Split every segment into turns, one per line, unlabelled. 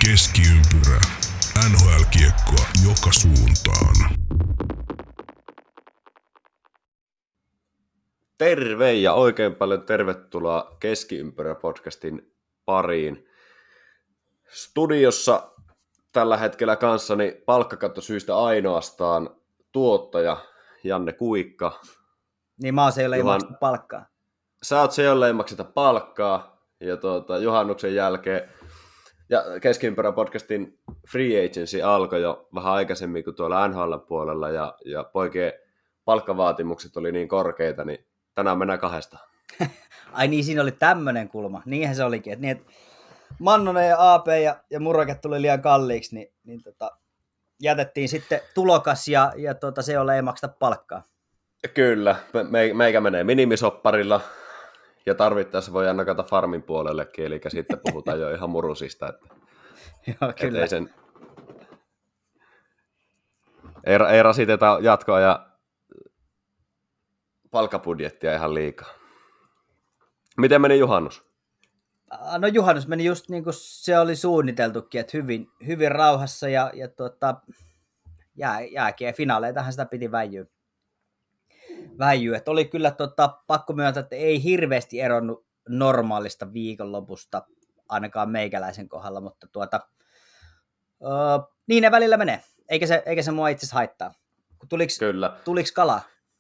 Keskiympyrä. NHL-kiekkoa joka suuntaan.
Terve ja oikein paljon tervetuloa Keskiympyrä-podcastin pariin. Studiossa tällä hetkellä kanssani palkkakattosyistä ainoastaan tuottaja Janne Kuikka.
Niin mä oon se, jolle ei makseta palkkaa.
Sä oot se, jolle ei makseta palkkaa. Ja juhannuksen jälkeen ja Keskiympyrä-podcastin free agency alkoi jo vähän aikaisemmin kuin tuolla NHL-puolella. Ja poikien palkkavaatimukset oli niin korkeita, niin tänään mennään kahdesta.
Ai niin, siinä oli tämmönen kulma. Niinhän se olikin. Että Mannonen ja AP ja Muraket tuli liian kalliiksi, niin jätettiin sitten tulokas ja se, jolle ei makseta palkkaa.
Kyllä, meikä menee minimisopparilla ja tarvittaessa voi nakata farmin puolellekin, eli sitten puhutaan jo ihan murusista.
Joo, kyllä.
Ei rasiteta jatkoa ja palkkabudjettia ihan liikaa. Miten meni juhannus?
No juhannus meni just niin kuin se oli suunniteltukin, että hyvin rauhassa ja jääkiä finaaleitahan sitä piti väijyä. Että oli kyllä pakko myöntää, että ei hirveästi eronnut normaalista viikonlopusta, ainakaan meikäläisen kohdalla, mutta niin ne välillä menee. Eikä se mua itse asiassa haittaa. Tuliko kalaa?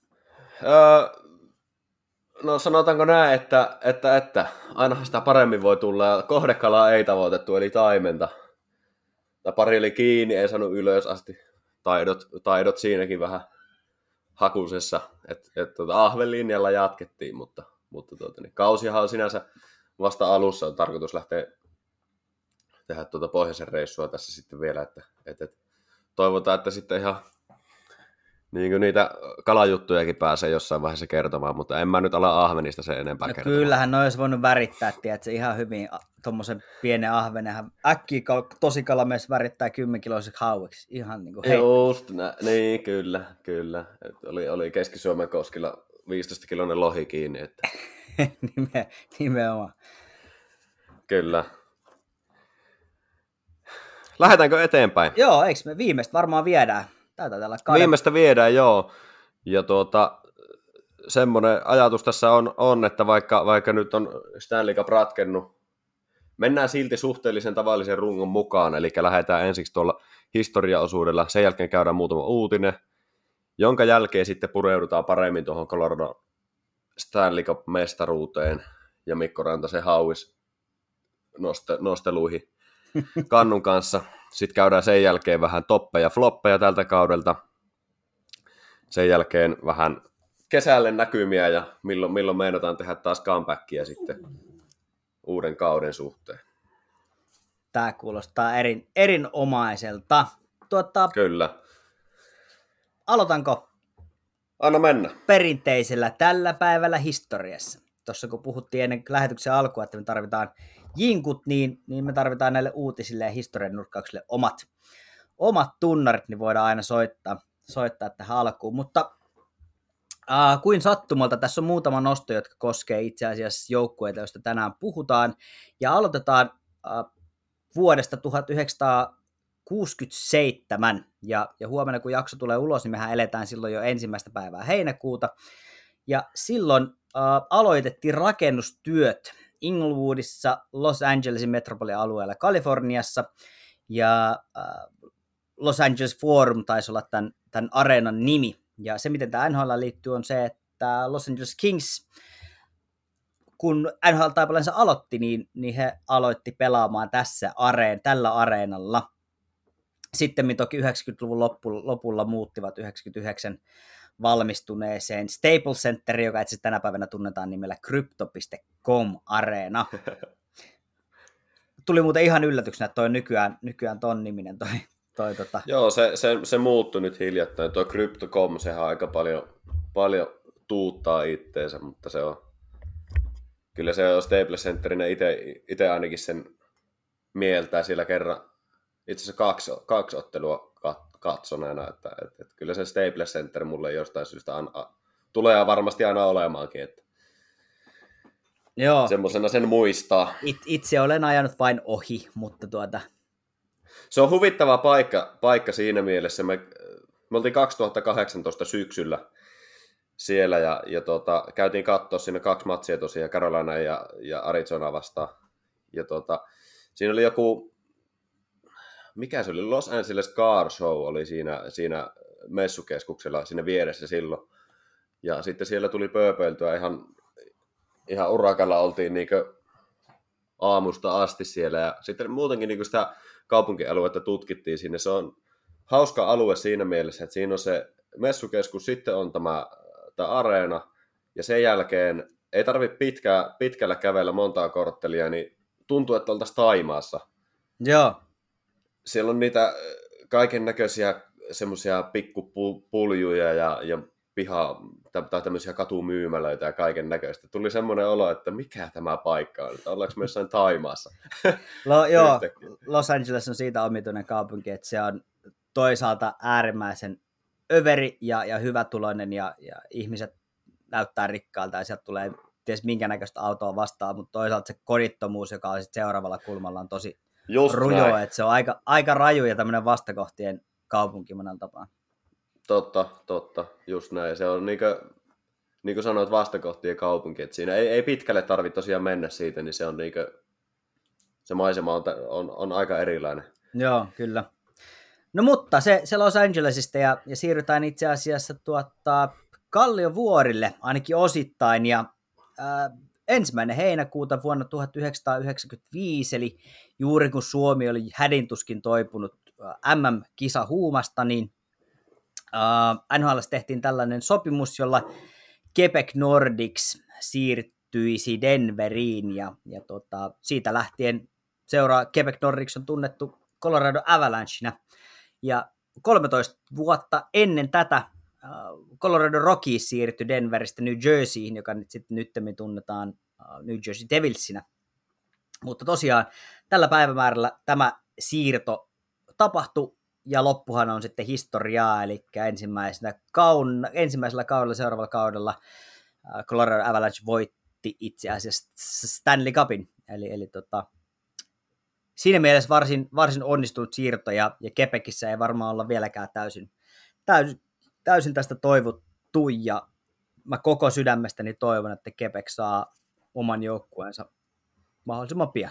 No sanotaanko näin, että ainahan sitä paremmin voi tulla, ja kohdekalaa ei tavoitettu, eli taimenta. Tai pari oli kiinni, ei saanut ylös asti. Taidot siinäkin vähän hakusessa, että ahvelinjalla jatkettiin, mutta niin, kausihan on sinänsä vasta alussa, on tarkoitus lähteä tehdä pohjoisen reissua tässä sitten vielä, että toivotaan, että sitten ihan niin kuin niitä kalajuttujakin pääsee jossain vaiheessa kertomaan, mutta en mä nyt ala ahvenista sen enempää kertomaan.
Kyllähän ne olisi voinut värittää, että ihan hyvin tuommoisen pienen ahvenenhan äkkiä tosikalamies värittää 10-kiloiseksi hauiksi. Ihan niin kuin hei.
Just, niin kyllä. Oli Keski-Suomen koskilla 15-kiloinen lohi kiinni. Että...
Nimenomaan.
Kyllä. Lähdetäänkö eteenpäin?
Joo, eikö me viimeistä varmaan viedään?
Viimeistä viedään, joo. Ja semmoinen ajatus tässä on, että vaikka nyt on Stanley Cup ratkennut, mennään silti suhteellisen tavallisen rungon mukaan, eli lähdetään ensiksi tuolla historiaosuudella, sen jälkeen käydään muutama uutinen, jonka jälkeen sitten pureudutaan paremmin tuohon Colorado Stanley Cup-mestaruuteen ja Mikko Rantasen hauis nosteluihin kannun kanssa. Sitten käydään sen jälkeen vähän toppeja ja floppeja tältä kaudelta. Sen jälkeen vähän kesälle näkymiä ja milloin meinataan tehdä taas comebackia sitten uuden kauden suhteen.
Tämä kuulostaa erinomaiselta.
Kyllä.
Aloitanko?
Anna mennä.
Perinteisellä tällä päivällä historiassa. Tuossa kun puhuttiin ennen lähetyksen alkua, että me tarvitaan jinkut, niin me tarvitaan näille uutisille ja historian nurkkauksille omat tunnarit, niin voidaan aina soittaa tähän alkuun. Mutta kuin sattumalta, tässä on muutama nosto, jotka koskee itse asiassa joukkueita, joista tänään puhutaan. Ja aloitetaan vuodesta 1967. Ja huomenna, kun jakso tulee ulos, niin mehän eletään silloin jo 1. päivää heinäkuuta. Ja silloin aloitettiin rakennustyöt Inglewoodissa, Los Angelesin metropolialueella Kaliforniassa, ja Los Angeles Forum taisi olla tämän areenan nimi. Ja se, miten tämä NHL liittyy, on se, että Los Angeles Kings, kun NHL-taipalensa aloitti, niin he aloitti pelaamaan tällä areenalla. Sitten toki 90-luvun lopulla muuttivat 99 valmistuneeseen Staples Centeriin, joka itse tänä päivänä tunnetaan nimellä Crypto.com-areena. Tuli muuten ihan yllätyksenä, että toi nykyään ton niminen toi.
Joo, se muuttui nyt hiljattain. Tuo Crypto.com, sehän aika paljon tuuttaa itteensä, mutta kyllä se on Staples Centerinä itse ainakin sen mieltää siellä kerran itse asiassa kaksi ottelua katsoneena, että kyllä se Staples Center mulle jostain syystä tulee varmasti aina olemaankin, että
joo.
Semmosena sen muistaa.
Itse olen ajanut vain ohi, mutta
Se on huvittava paikka siinä mielessä. Me oltiin 2018 syksyllä siellä ja käytiin katsoa siinä 2 matsia tosiaan, Carolina ja Arizona vastaan. Ja siinä oli joku, mikä se oli, Los Angeles Car Show oli siinä messukeskuksella siinä vieressä silloin. Ja sitten siellä tuli pööpöiltyä ihan urakalla oltiin niinkö aamusta asti siellä. Ja sitten muutenkin niinkö sitä kaupunkialuetta tutkittiin sinne. Se on hauska alue siinä mielessä, että siinä on se messukeskus, sitten on tämä areena, ja sen jälkeen ei tarvitse pitkällä kävellä montaa korttelia, niin tuntuu, että oltaisiin Thaimaassa.
Joo.
Siellä on niitä kaiken näköisiä semmoisia pikkupuljuja ja piha tai tämmöisiä katumyymälöitä ja kaiken näköistä. Tuli semmoinen olo, että mikä tämä paikka on, että ollaanko me jossain Thaimaassa.
Joo, Los Angeles on siitä omituinen kaupunki, että se on toisaalta äärimmäisen överi ja hyvätuloinen ja ihmiset näyttää rikkaalta ja sieltä tulee ties minkä näköistä autoa vastaan, mutta toisaalta se kodittomuus, joka on sitten seuraavalla kulmalla, on tosi rujoa, että se on aika raju ja tämmöinen vastakohtien kaupunki monen tapaan.
Totta, just näin. Se on niin kuin sanoit, vastakohtien kaupunki, että siinä ei pitkälle tarvitse tosiaan mennä siitä, niin se on se maisema on aika erilainen.
Joo, kyllä. No mutta se Los Angelesista ja siirrytään itse asiassa Kalliovuorille ainakin osittain ja 1. heinäkuuta vuonna 1995, eli juuri kun Suomi oli hädintuskin toipunut MM-kisahuumasta, niin NHL:ssä tehtiin tällainen sopimus, jolla Quebec Nordics siirtyisi Denveriin ja siitä lähtien Quebec Nordics on tunnettu Colorado Avalanchena ja 13 vuotta ennen tätä Colorado Rockies siirtyi Denveristä New Jerseyin, joka nyt sitten nyttemmin tunnetaan New Jersey Devilsinä. Mutta tosiaan tällä päivämäärällä tämä siirto tapahtui ja loppuhan on sitten historiaa, eli ensimmäisellä kaudella, seuraavalla kaudella Colorado Avalanche voitti itse asiassa Stanley Cupin, eli siinä mielessä varsin onnistunut siirto ja Quebecissä ei varmaan olla vieläkään täysin tästä toivottu ja mä koko sydämestäni toivon, että Quebec saa oman joukkueensa mahdollisimman pian.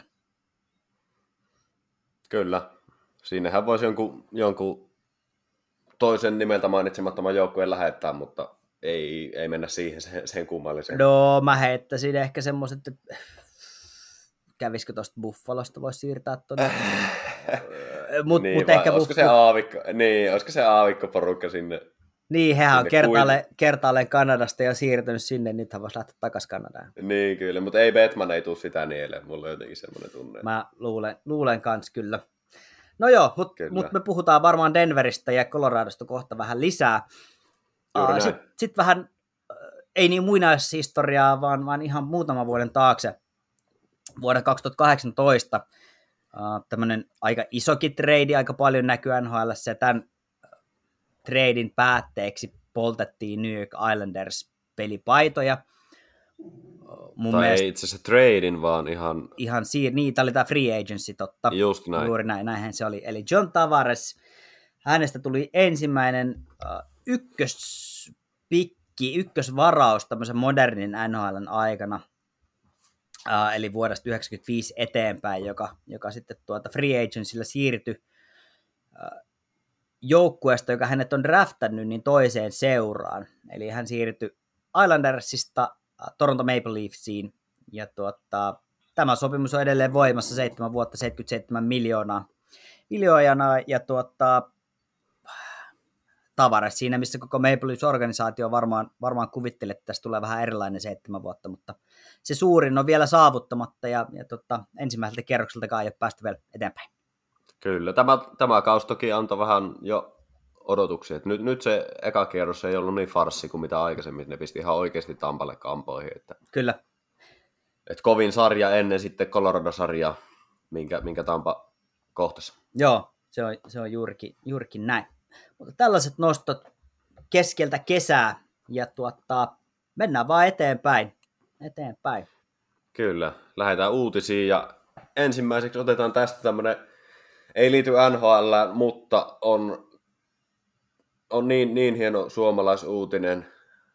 Kyllä. Siinähän voisi jonkun toisen nimeltä mainitsemattoman joukkueen lähettää, mutta ei mennä siihen sen kummalliseen.
No mä heittäisin ehkä semmoiset, että kävisikö tuosta Buffalosta voisi siirtää tuonne.
Niin, ehkä olisiko se aavikkoporukka sinne?
Niin, hehän on kertaalleen Kanadasta ja siirtynyt sinne, niin nythän voisi lähteä takaisin Kanadaan.
Niin, kyllä, mutta ei Batman ei tule sitä nieleen, mulla on jotenkin semmoinen tunne.
Mä luulen kans kyllä. No joo, mutta me puhutaan varmaan Denveristä ja Coloradosta kohta vähän lisää. Sitten vähän, ei niin muinaishistoriaa, vaan ihan muutaman vuoden taakse. Vuonna 2018 tämmöinen aika isokin trade, aika paljon näkyy NHL:ssä, ja tämän treidin päätteeksi poltettiin New York Islanders pelipaitoja.
Ei itse asiassa treidin, vaan ihan
niitä oli tämä free agency, totta.
Just näin.
Juuri näinhän se oli. Eli John Tavares, hänestä tuli ensimmäinen ykkösvaraus tämmöisen modernin NHL:n aikana, eli vuodesta 1995 eteenpäin, joka sitten free agencyllä siirtyi joukkueesta, joka hänet on draftannut, niin toiseen seuraan. Eli hän siirtyi Islandersista Toronto Maple Leafsiin, ja tämä sopimus on edelleen voimassa 7 vuotta, 77 miljoonaa, ja Tavares siinä, missä koko Maple Leafs-organisaatio varmaan kuvittelee, että tästä tulee vähän erilainen 7 vuotta, mutta se suurin on vielä saavuttamatta, ja ensimmäiseltä kierrokseltakaan ei ole päästy vielä eteenpäin.
Kyllä, tämä kausi toki antoi vähän jo odotuksia. Nyt se eka kierros ei ollut niin farssi kuin mitä aikaisemmin. Ne pisti ihan oikeasti Tampalle kampoihin.
Kyllä.
Et kovin sarja ennen sitten Colorado-sarjaa, minkä Tampa kohtasi.
Joo, se on juurikin näin. Mutta tällaiset nostot keskeltä kesää ja mennään vaan eteenpäin. Eteenpäin.
Kyllä, lähdetään uutisiin ja ensimmäiseksi otetaan tästä tämmöinen ei liity NHL, mutta on niin hieno suomalaisuutinen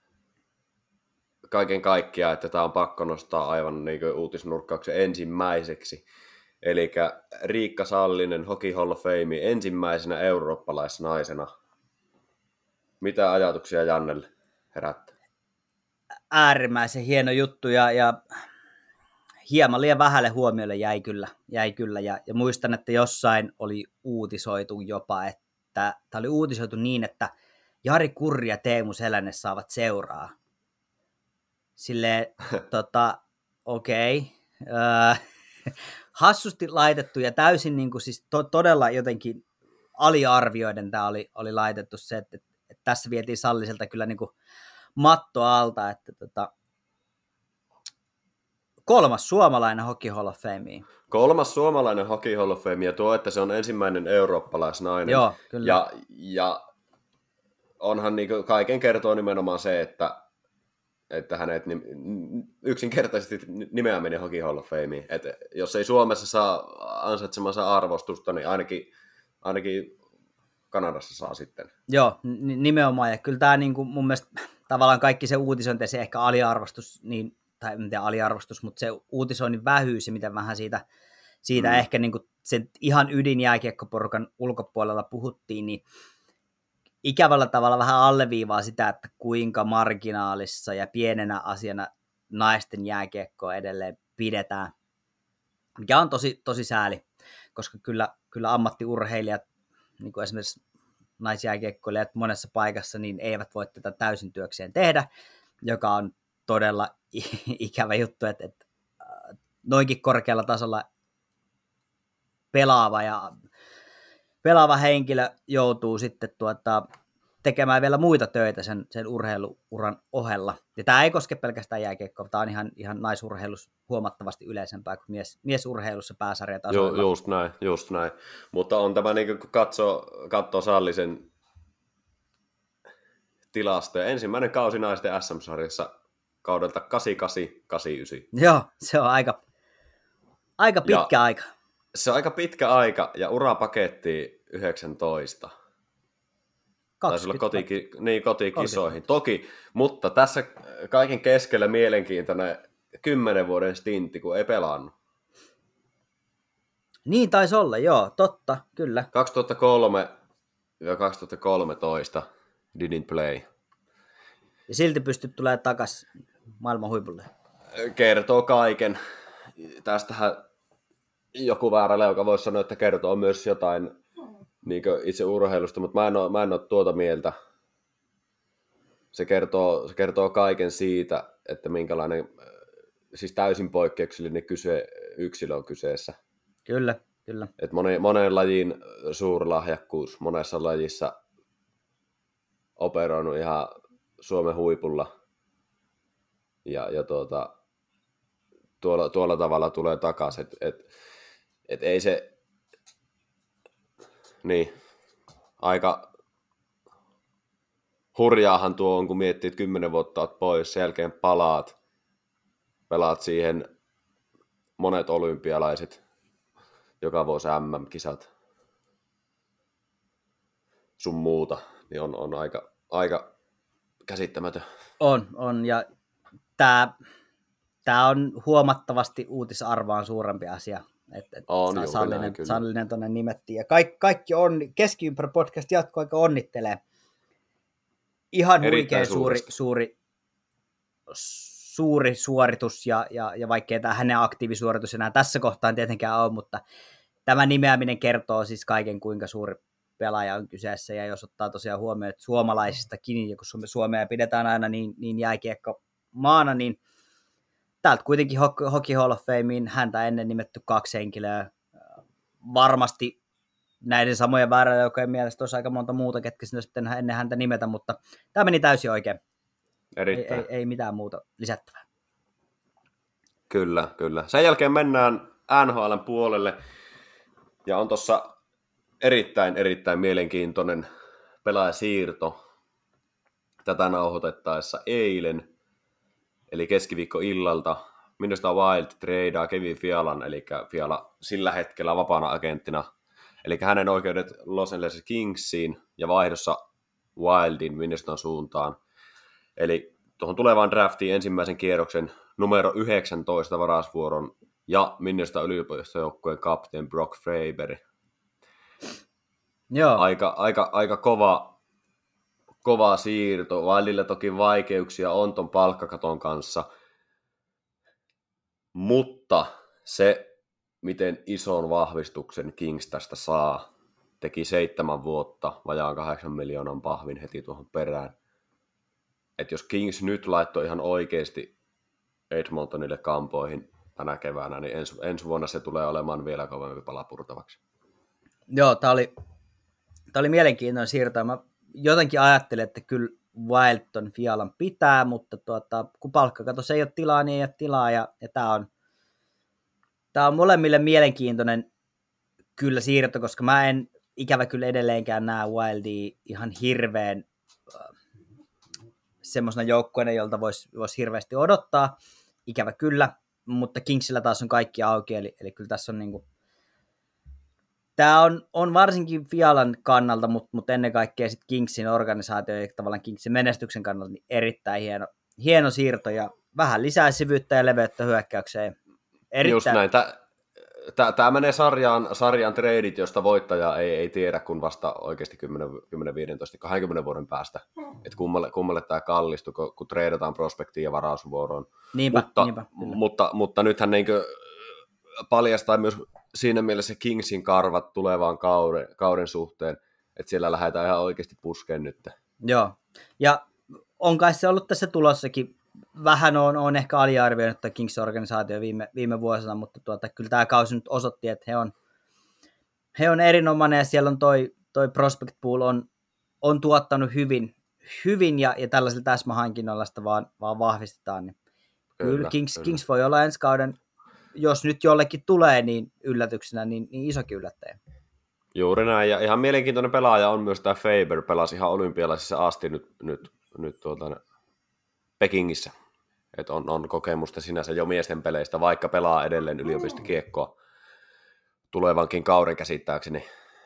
kaiken kaikkiaan, että tämä on pakko nostaa aivan niin kuin uutisnurkkauksen ensimmäiseksi. Eli Riikka Sallinen Hockey Hall of Fame ensimmäisenä eurooppalaisnaisena. Mitä ajatuksia Jannelle herättää?
Äärimmäisen hieno juttu ja hieman liian vähälle huomiolle jäi kyllä. Ja muistan, että jossain oli uutisoitu jopa, että tämä oli uutisoitu niin, että Jari Kurri ja Teemu Selänne saavat seuraa. Silleen, okei. Hassusti laitettu ja täysin niin kuin, siis todella jotenkin aliarvioiden tämä oli laitettu se, että tässä vietiin Salliselta kyllä niin kuin matto alta, että 3. suomalainen Hockey Hall of Fame.
3. suomalainen Hockey Hall of Fame ja tuo, että se on ensimmäinen eurooppalaisnainen.
Joo, kyllä.
Ja onhan niin kuin kaiken kertoo nimenomaan se, että hänet yksinkertaisesti nimeä meni Hockey Hall of Fameen. Että jos ei Suomessa saa ansaitsemansa arvostusta, niin ainakin Kanadassa saa sitten.
Joo, nimenomaan. Ja kyllä tämä niin kuin mun mielestä tavallaan kaikki se uutisointi, se ehkä aliarvostus, niin, tai en tiedä aliarvostus, mutta se uutisoinnin vähyys ja miten vähän siitä ehkä niin kuin sen ihan ydinjääkiekkoporukan ulkopuolella puhuttiin, niin ikävällä tavalla vähän alleviivaa sitä, että kuinka marginaalissa ja pienenä asiana naisten jääkiekkoa edelleen pidetään, mikä on tosi sääli, koska kyllä ammattiurheilijat, niin kuin esimerkiksi naisjääkiekkoilijat monessa paikassa, niin eivät voi tätä täysin työkseen tehdä, joka on todella ikävä juttu, että noinkin korkealla tasolla pelaava henkilö joutuu sitten tekemään vielä muita töitä sen urheiluuran ohella. Ja tämä ei koske pelkästään jääkiekkoa, tämä on ihan naisurheilussa huomattavasti yleisempää kuin miesurheilussa pääsarjatasoilla.
Just näin. Mutta on tämä, niin kun katsoo Sallisen tilastoja, ensimmäinen kausi naisten SM-sarjassa kaudelta 88-89.
Joo, se on aika pitkä aika.
Se on aika pitkä aika, ja urapaketti 19. Taisi olla kotikisoihin. Toki, mutta tässä kaiken keskellä mielenkiintoinen 10 vuoden stintti, kun ei pelannut.
Niin taisi olla, joo, totta, kyllä.
2003 ja 2013 didn't play.
Ja silti pystyt tulemaan takaisin maailman huipulle. Kertoo
kaiken. Tästähän joku väärä leuka voisi sanoa, että kertoo myös jotain niin itse urheilusta, mutta mä en ole tuota mieltä. Se kertoo kaiken siitä, että minkälainen, siis täysin poikkeuksellinen yksilö on kyseessä.
Kyllä.
Et monen lajin suurlahjakkuus, monessa lajissa operoinut ihan Suomen huipulla. Ja tuolla tavalla tulee takaisin, et ei se, niin, aika hurjaahan tuo on, kun miettii, että 10 vuotta olet pois, sen jälkeen pelaat siihen monet olympialaiset, joka vuosi MM-kisat, sun muuta, niin on aika käsittämätön.
On, ja tämä on huomattavasti uutisarvoaan suurempi asia, että Sallinen tuonne nimettiin. Ja kaikki Keskiympärä podcast jatkoaika onnittelee. Ihan huikein suuri suoritus, ja vaikkei tämä hänen aktiivisuoritus enää tässä kohtaan tietenkään ole, mutta tämä nimeäminen kertoo siis kaiken, kuinka suuri pelaaja on kyseessä, ja jos ottaa tosiaan huomioon, että suomalaisistakin, ja kun Suomea pidetään aina niin jääkiekko maana, niin täältä kuitenkin Hockey Hall of Fameen häntä ennen nimetty 2 henkilöä. Varmasti näiden samojen vääräleukojen mielestä olisi aika monta muuta, ketkä sinne sitten ennen häntä nimetä, mutta tämä meni täysin oikein. Ei mitään muuta lisättävää.
Kyllä. Sen jälkeen mennään NHL:n puolelle, ja on tuossa erittäin mielenkiintoinen pelaajasiirto tätä nauhoitettaessa eilen, eli keskiviikkoillalta. Minnesota Wild treidaa Kevin Fialan, eli Fiala sillä hetkellä vapaana agenttina Eli hänen oikeudet Los Angeles Kingsiin ja vaihdossa Wildin Minnesotan suuntaan. Eli tuohon tulevaan draftiin ensimmäisen kierroksen numero 19 varausvuoron ja Minnesota yliopistojoukkueen kapteeni Brock Faber.
Joo.
Aika kova siirto. Wildilla toki vaikeuksia on ton palkkakaton kanssa, mutta se, miten ison vahvistuksen Kings tästä saa, teki 7 vuotta, vajaan 8 miljoonan pahvin heti tuohon perään. Että jos Kings nyt laittoi ihan oikeasti Edmontonille kampoihin tänä keväänä, niin ensi vuonna se tulee olemaan vielä kovempi pala purtavaksi.
Joo, tää oli mielenkiintoinen siirto. Mä jotenkin ajattelin, että kyllä Wildton Fialan pitää, mutta kun palkkakatos ei ole tilaa, niin ei ole tilaa. Ja tää on molemmille mielenkiintoinen kyllä siirto, koska mä en ikävä kyllä edelleenkään näe Wildia ihan hirveän semmoisena joukkueena, jolta voisi hirveästi odottaa. Ikävä kyllä, mutta Kingsillä taas on kaikki auki, eli kyllä tässä on niinku tämä on varsinkin Fialan kannalta, mutta ennen kaikkea sit Kingsin organisaatio ja tavallaan Kingsin menestyksen kannalta niin erittäin hieno siirto ja vähän lisää syvyyttä ja leveyttä hyökkäykseen. Erittäin...
Just näin. Tämä menee sarjan treidit, josta voittaja ei tiedä, kun vasta oikeasti 10, 15, 20 vuoden päästä. Että kummalle tämä kallistui, kun treidataan prospektiin ja varausvuoroon.
Niinpä.
Mutta nythän niin paljastaa myös siinä mielessä Kingsin karvat tulevaan kauden suhteen, että siellä lähdetään ihan oikeasti puskeen nyt.
Joo, ja on kai se ollut tässä tulossakin. Vähän on ehkä aliarvioinut tämä Kings-organisaatio viime vuosina, mutta kyllä tämä kausi nyt osoitti, että he on erinomainen ja siellä on toi prospect pool on tuottanut hyvin ja tällaisilla täsmähankinnoilla sitä vaan vahvistetaan. Niin kyllä Kings voi olla ensi kauden, jos nyt jollekin tulee niin yllätyksenä, niin isokin yllättäjä.
Juuri näin, ja ihan mielenkiintoinen pelaaja on myös tämä Faber, pelasi ihan olympialaisissa asti nyt Pekingissä. Että on kokemusta sinänsä jo miesten peleistä, vaikka pelaa edelleen yliopistokiekkoa tulevankin kauden käsittääkseni.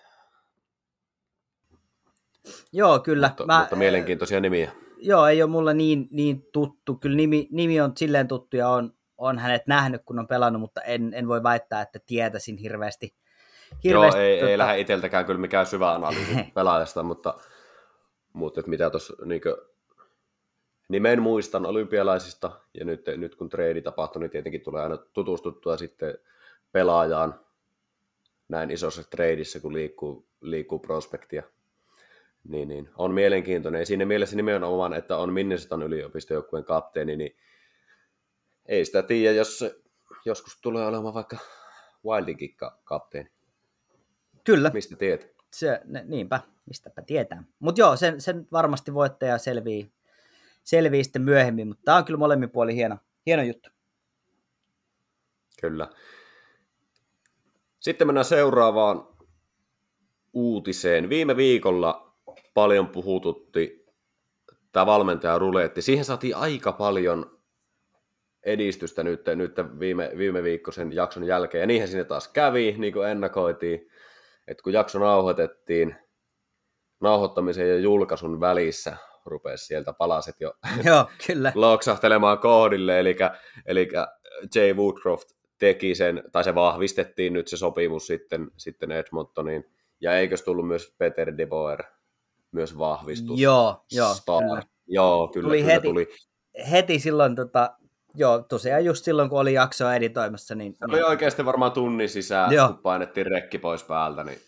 Joo, kyllä.
Mutta mielenkiintoisia nimiä.
Joo, ei ole mulle niin tuttu. Kyllä nimi on silleen tuttu ja on hänet nähnyt, kun on pelannut, mutta en voi väittää, että tietäisin hirveästi.
Joo, ei lähde itseltäkään kyllä mikään syvä analyysi pelaajasta, mutta että mitä tuossa nimen muistan olympialaisista, ja nyt kun treidi tapahtui, niin tietenkin tulee aina tutustuttua sitten pelaajaan näin isossa treidissä, kun liikkuu prospektia. Niin on mielenkiintoinen. Ja siinä mielessä nimenomaan, että on Minnesotan yliopistojoukkueen kapteeni, niin ei sitä tiedä, jos se joskus tulee olemaan vaikka Wildinkin kapteeni.
Kyllä.
Mistä tiedät?
Niinpä, mistäpä tietää. Mutta joo, sen varmasti voittaja selvii sitten myöhemmin, mutta tämä on kyllä molemmin puolin hieno juttu.
Kyllä. Sitten mennään seuraavaan uutiseen. Viime viikolla paljon puhututti tämä valmentajaruleetti. Siihen saatiin aika paljon edistystä nyt viime viikkoisen jakson jälkeen, ja niinhän sinne taas kävi, niin kuin ennakoitiin, että kun jakso nauhoitettiin, nauhoittamisen ja julkaisun välissä rupesi sieltä palaset jo
Joo, kyllä.
loksahtelemaan kohdille, eli Jay Woodcroft teki sen, tai se vahvistettiin nyt se sopimus sitten Edmontoniin, ja eikös tullut myös Peter DeBoer myös vahvistus?
Joo,
Star. Joo, kyllä tuli.
Heti silloin, joo, tosiaan just silloin, kun oli jaksoa editoimassa. Niin,
oli oikeasti varmaan tunnin sisään, kun painettiin rekki pois päältä, niin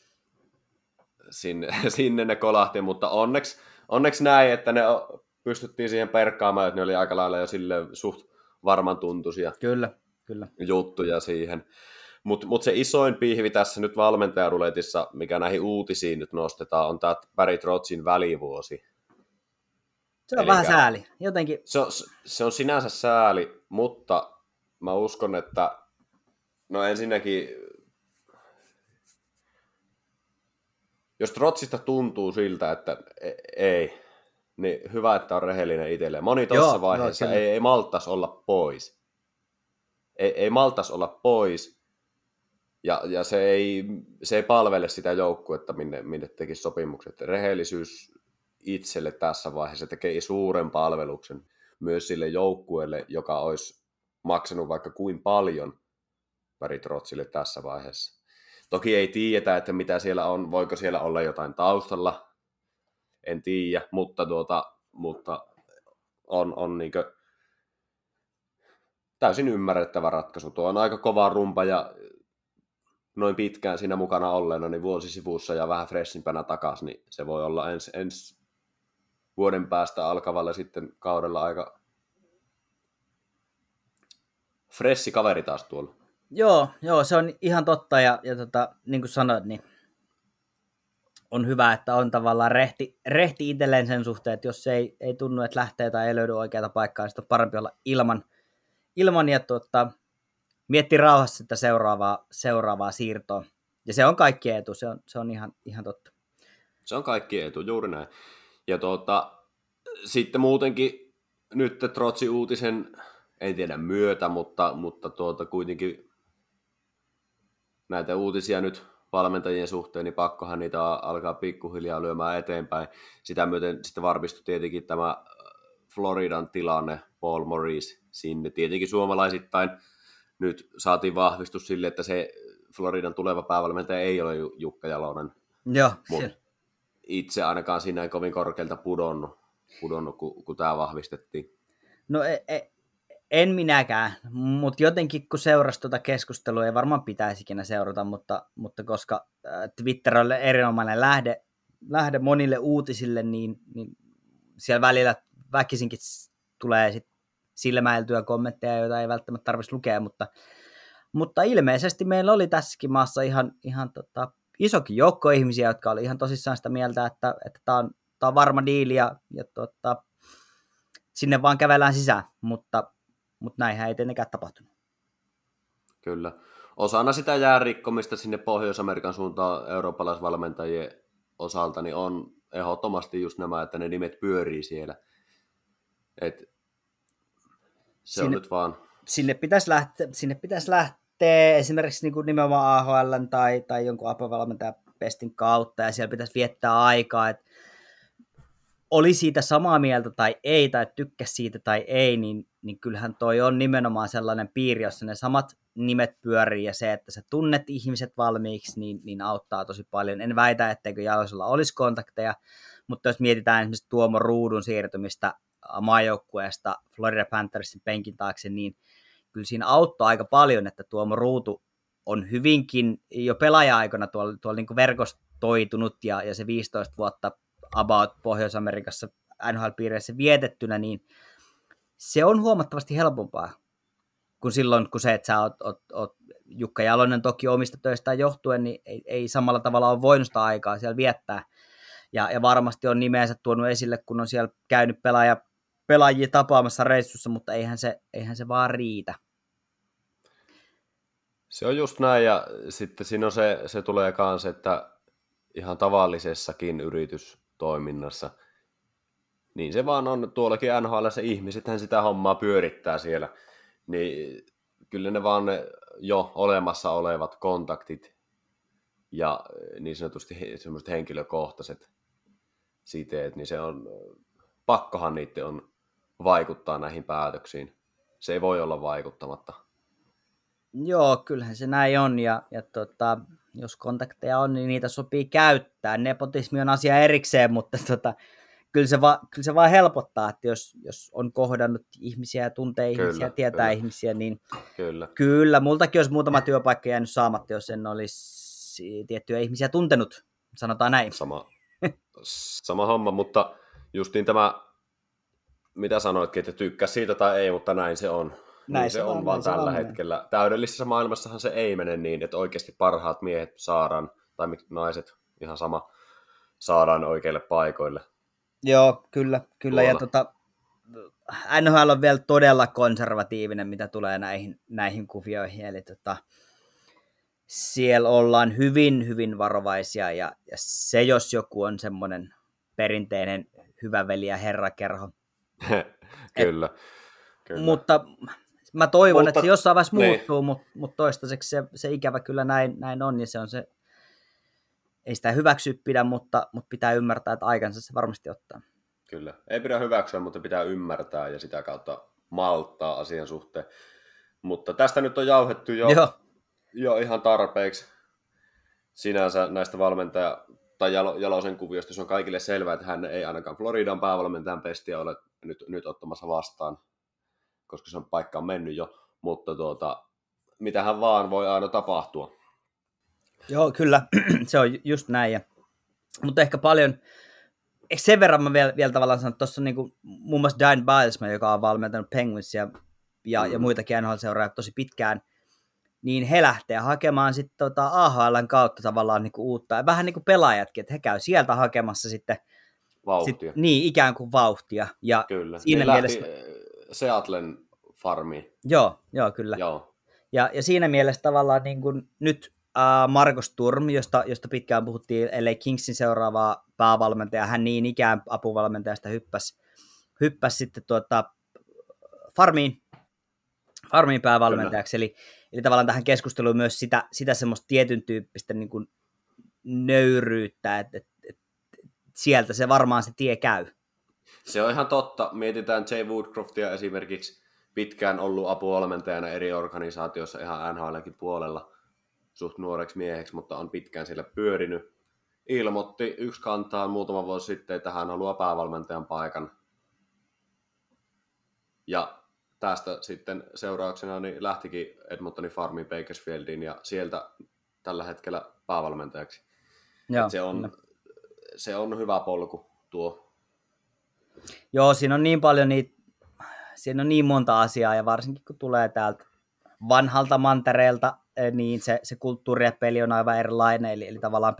sinne ne kolahti, mutta onneksi näin, että ne pystyttiin siihen perkkaamaan, että ne oli aika lailla jo silleen suht varman tuntuisia
kyllä.
juttuja siihen. Mutta se isoin pihvi tässä nyt valmentajaruletissa, mikä näihin uutisiin nyt nostetaan, on tämä Barry Trotzin välivuosi.
Se on vähän sääli. Jotenkin.
Se on sinänsä sääli, mutta mä uskon, että no ensinnäkin, jos Trotsista tuntuu siltä, että ei, niin hyvä, että on rehellinen itselleen. Moni tuossa vaiheessa ei malttaisi olla pois. Ei malttaisi olla pois. Ja se ei palvele sitä joukkuetta, minne teki sopimukset. Rehellisyys itselle tässä vaiheessa tekee suuren palveluksen myös sille joukkueelle, joka olisi maksanut vaikka kuin paljon Barry Trotzille tässä vaiheessa. Toki ei tiedetä, että mitä siellä on, voiko siellä olla jotain taustalla, en tiedä, mutta on niinkö täysin ymmärrettävä ratkaisu. Tuo on aika kova rumpa ja noin pitkään siinä mukana olleena, niin vuosisivussa ja vähän freshimpänä takaisin, niin se voi olla ensi vuoden päästä alkavalla sitten kaudella aika freshi kaveri taas tuolla.
Joo, se on ihan totta, ja niin kuin sanoit, niin on hyvä, että on tavallaan rehti itselleen sen suhteen, että jos ei tunnu, että lähtee tai ei löydy oikeata paikkaa, niin sitten on parempi olla ilman ja miettiä rauhassa sitä seuraavaa siirtoa. Ja se on kaikkien etu, se on ihan totta.
Se on kaikkien etu, juuri näin. Ja sitten muutenkin nyt Trotsin uutisen, en tiedä myötä, mutta kuitenkin näitä uutisia nyt valmentajien suhteen, niin pakkohan niitä alkaa pikkuhiljaa lyömään eteenpäin. Sitä myöten sitten varmistui tietenkin tämä Floridan tilanne, Paul Maurice sinne. Tietenkin suomalaisittain nyt saatiin vahvistus sille, että se Floridan tuleva päävalmentaja ei ole Jukka Jalonen.
Joo.
Itse ainakaan siinä ei kovin korkealta pudonnut kun tämä vahvistettiin.
No en minäkään, mutta jotenkin kun seurasi tuota keskustelua, ei varmaan pitäisikin seurata, mutta koska Twitter on erinomainen lähde monille uutisille, niin siellä välillä väkisinkin tulee sit silmäiltyä kommentteja, joita ei välttämättä tarvitsisi lukea, mutta ilmeisesti meillä oli tässäkin maassa ihan isokin joukko ihmisiä, jotka oli ihan tosissaan sitä mieltä, että tämä on varma diili ja sinne vaan kävellään sisään, mutta näinhän ei tietenkään tapahtunut.
Kyllä. Osana sitä jäänrikkomista sinne Pohjois-Amerikan suuntaan eurooppalaisvalmentajien osalta niin on ehdottomasti just nämä, että ne nimet pyörii siellä. Se on nyt vaan...
Sinne pitäisi lähteä esimerkiksi niin kuin nimenomaan AHL tai jonkun apuvalmentaja-pestin kautta, ja siellä pitäisi viettää aikaa, että oli siitä samaa mieltä tai ei, tai tykkäsi siitä tai ei, niin kyllähän toi on nimenomaan sellainen piiri, jossa ne samat nimet pyörii, ja se, että sä tunnet ihmiset valmiiksi, niin auttaa tosi paljon. En väitä, etteikö Jalosella olisi kontakteja, mutta jos mietitään esimerkiksi Tuomo Ruudun siirtymistä maajoukkueesta Florida Panthersin penkin taakse, niin kyllä siinä auttaa aika paljon, että Tuomo Ruutu on hyvinkin jo pelaaja-aikana tuolla niin kuin verkostoitunut, ja se 15 vuotta about Pohjois-Amerikassa NHL-piireissä vietettynä, niin se on huomattavasti helpompaa kuin silloin, kun se, että sä oot Jukka Jalonen toki omista töistään johtuen, niin ei samalla tavalla ole voinut sitä aikaa siellä viettää. Ja varmasti on nimeensä tuonut esille, kun on siellä käynyt pelaajia tapaamassa reissussa, mutta eihän se vaan riitä.
Se on just näin, ja sitten siinä on se tulee kanssa, että ihan tavallisessakin yritystoiminnassa, niin se vaan on tuollakin NHL:ssä ihmisethän sitä hommaa pyörittää siellä, niin kyllä ne vaan ne jo olemassa olevat kontaktit ja niin sanotusti semmoiset henkilökohtaiset siteet, niin se on, pakkohan niiden on vaikuttaa näihin päätöksiin. Se ei voi olla vaikuttamatta. Joo, kyllähän se näin on, ja jos kontakteja on, niin niitä sopii käyttää. Nepotismi on asia erikseen, mutta kyllä se vaan helpottaa, että jos on kohdannut ihmisiä ja tuntee ihmisiä, tietää ihmisiä, niin kyllä. Multakin olisi muutama työpaikka jäänyt saamatta, jos en olisi tiettyjä ihmisiä tuntenut, sanotaan näin. Sama homma, mutta justiin tämä, mitä sanoitkin, että tykkää siitä tai ei, mutta näin se on. Näin se on vaan tällä hetkellä. Täydellisessä maailmassahan se ei mene niin, että oikeasti parhaat miehet saadaan, tai naiset, ihan sama, saadaan oikeille paikoille. Joo, kyllä. Ja NHL on vielä todella konservatiivinen, mitä tulee näihin kuvioihin, eli siellä ollaan hyvin, hyvin varovaisia, ja se jos joku on semmoinen perinteinen hyvä veli ja herrakerho. Kyllä. Mutta
Mä toivon, että se jossain vaiheessa
niin.
muuttuu, mutta toistaiseksi se ikävä kyllä näin on, ja se on se, ei sitä hyväksyä pidä, mutta pitää ymmärtää, että aikansa se varmasti ottaa.
Kyllä, ei pidä hyväksyä, mutta pitää ymmärtää ja sitä kautta malttaa asian suhteen. Mutta tästä nyt on jauhettu jo ihan tarpeeksi sinänsä näistä tai Jalosen kuviosta. Se on kaikille selvää, että hän ei ainakaan Floridan päävalmentajan pestiä ole nyt ottamassa vastaan, koska se paikka on mennyt jo. Mutta mitähän vaan voi aina tapahtua.
Joo, kyllä, se on just näin. Mutta ehkä paljon, sen verran mä vielä tavallaan sanon, että tuossa on niinku, muun muassa Dan Bilesman, joka on valmentanut Penguinsia ja muitakin NHL-seuraajia tosi pitkään, niin he lähtee hakemaan sitten AHL:n kautta tavallaan niinku uutta, vähän niin kuin pelaajatkin, että he käy sieltä hakemassa sitten
vauhtia.
Niin, ikään kuin vauhtia. Ja
kyllä,
siinä mielessä
Seattlen farmiin.
Joo, kyllä.
Joo.
Ja siinä mielessä tavallaan niin kuin nyt Markus Sturm, josta pitkään puhuttiin, LA Kingsin seuraavaa päävalmentaja, hän niin ikään apuvalmentajasta hyppäsi sitten farmiin päävalmentajaksi, eli tavallaan tähän keskusteluun myös sitä semmoista tietyn tyyppistä niin kuin nöyryyttä, että sieltä se varmaan se tie käy.
Se on ihan totta. Mietitään Jay Woodcroftia esimerkiksi, pitkään ollut apuvalmentajana eri organisaatioissa ihan NHL:kin puolella, suht nuoreksi mieheksi, mutta on pitkään siellä pyörinyt. Ilmoitti yksi kantaan muutama vuosi sitten, että hän haluaa päävalmentajan paikan. Ja tästä sitten seurauksena niin lähtikin Edmontonin farmiin Bakersfieldiin ja sieltä tällä hetkellä päävalmentajaksi.
Joo,
se on hyvä polku tuo.
Joo, siinä on niin paljon siinä on niin monta asiaa, ja varsinkin kun tulee täältä vanhalta mantereelta, niin se kulttuuri ja peli on aivan erilainen, eli tavallaan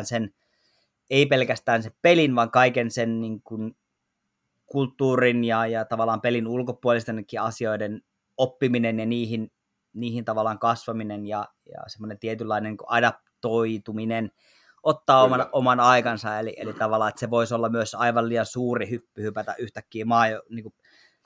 ei pelkästään se pelin, vaan kaiken sen niin kuin kulttuurin ja tavallaan pelin ulkopuolistenkin asioiden oppiminen ja niihin tavallaan kasvaminen ja semmoinen tietynlainen niin kuin adaptoituminen ottaa oman aikansa, eli tavallaan, että se voisi olla myös aivan liian suuri hypätä yhtäkkiä niin kuin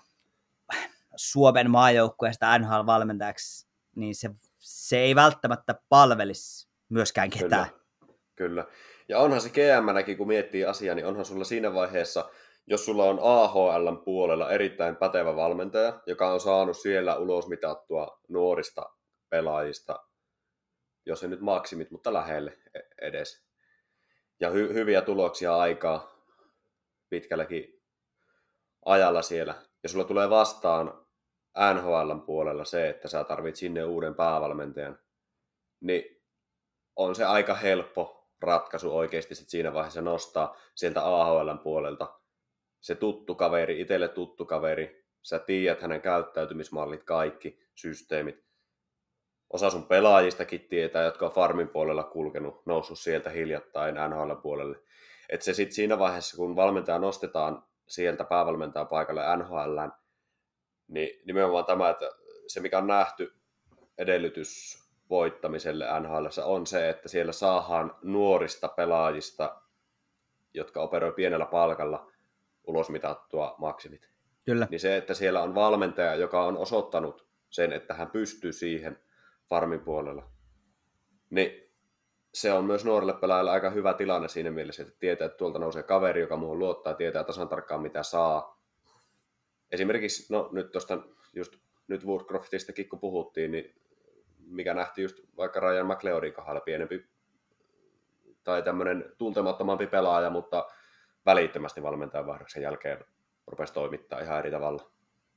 Suomen maajoukkueesta NHL-valmentajaksi, niin se ei välttämättä palvelisi myöskään ketään.
Kyllä. Ja onhan se GM-näkin, kun miettii asiaa, niin onhan sulla siinä vaiheessa, jos sulla on AHL:n puolella erittäin pätevä valmentaja, joka on saanut siellä ulos mitattua nuorista pelaajista, jos ei nyt maksimit, mutta lähelle edes. Ja hyviä tuloksia aikaa pitkälläkin ajalla siellä. Ja sulla tulee vastaan NHL:n puolella se, että sä tarvit sinne uuden päävalmentajan, niin on se aika helppo ratkaisu oikeasti sit siinä vaiheessa nostaa sieltä AHL:n puolelta se tuttu kaveri, itselle tuttu kaveri. Sä tiedät hänen käyttäytymismallit, kaikki systeemit. Osa sun pelaajistakin tietää, jotka on farmin puolella kulkenut, noussut sieltä hiljattain NHL-puolelle. Että se sitten siinä vaiheessa, kun valmentaja nostetaan sieltä päävalmentajan paikalle NHL:ään, niin nimenomaan tämä, että se mikä on nähty edellytys voittamiselle NHL:ssä on se, että siellä saadaan nuorista pelaajista, jotka operoi pienellä palkalla, ulosmitattua maksimit.
Kyllä.
Niin se, että siellä on valmentaja, joka on osoittanut sen, että hän pystyy siihen farmin puolella, niin se on myös nuorille pelaajille aika hyvä tilanne siinä mielessä, että tietää, että tuolta nousee kaveri, joka muuhun luottaa, tietää tasan tarkkaan mitä saa. Esimerkiksi, nyt tuosta just nyt Woodcroftistakin kun puhuttiin, niin mikä nähtiin just vaikka Ryan McLeodin kohdalla pienempi tai tämmöinen tuntemattomampi pelaaja, mutta välittömästi valmentajan vaihdoksen jälkeen rupesi toimittaa ihan eri tavalla.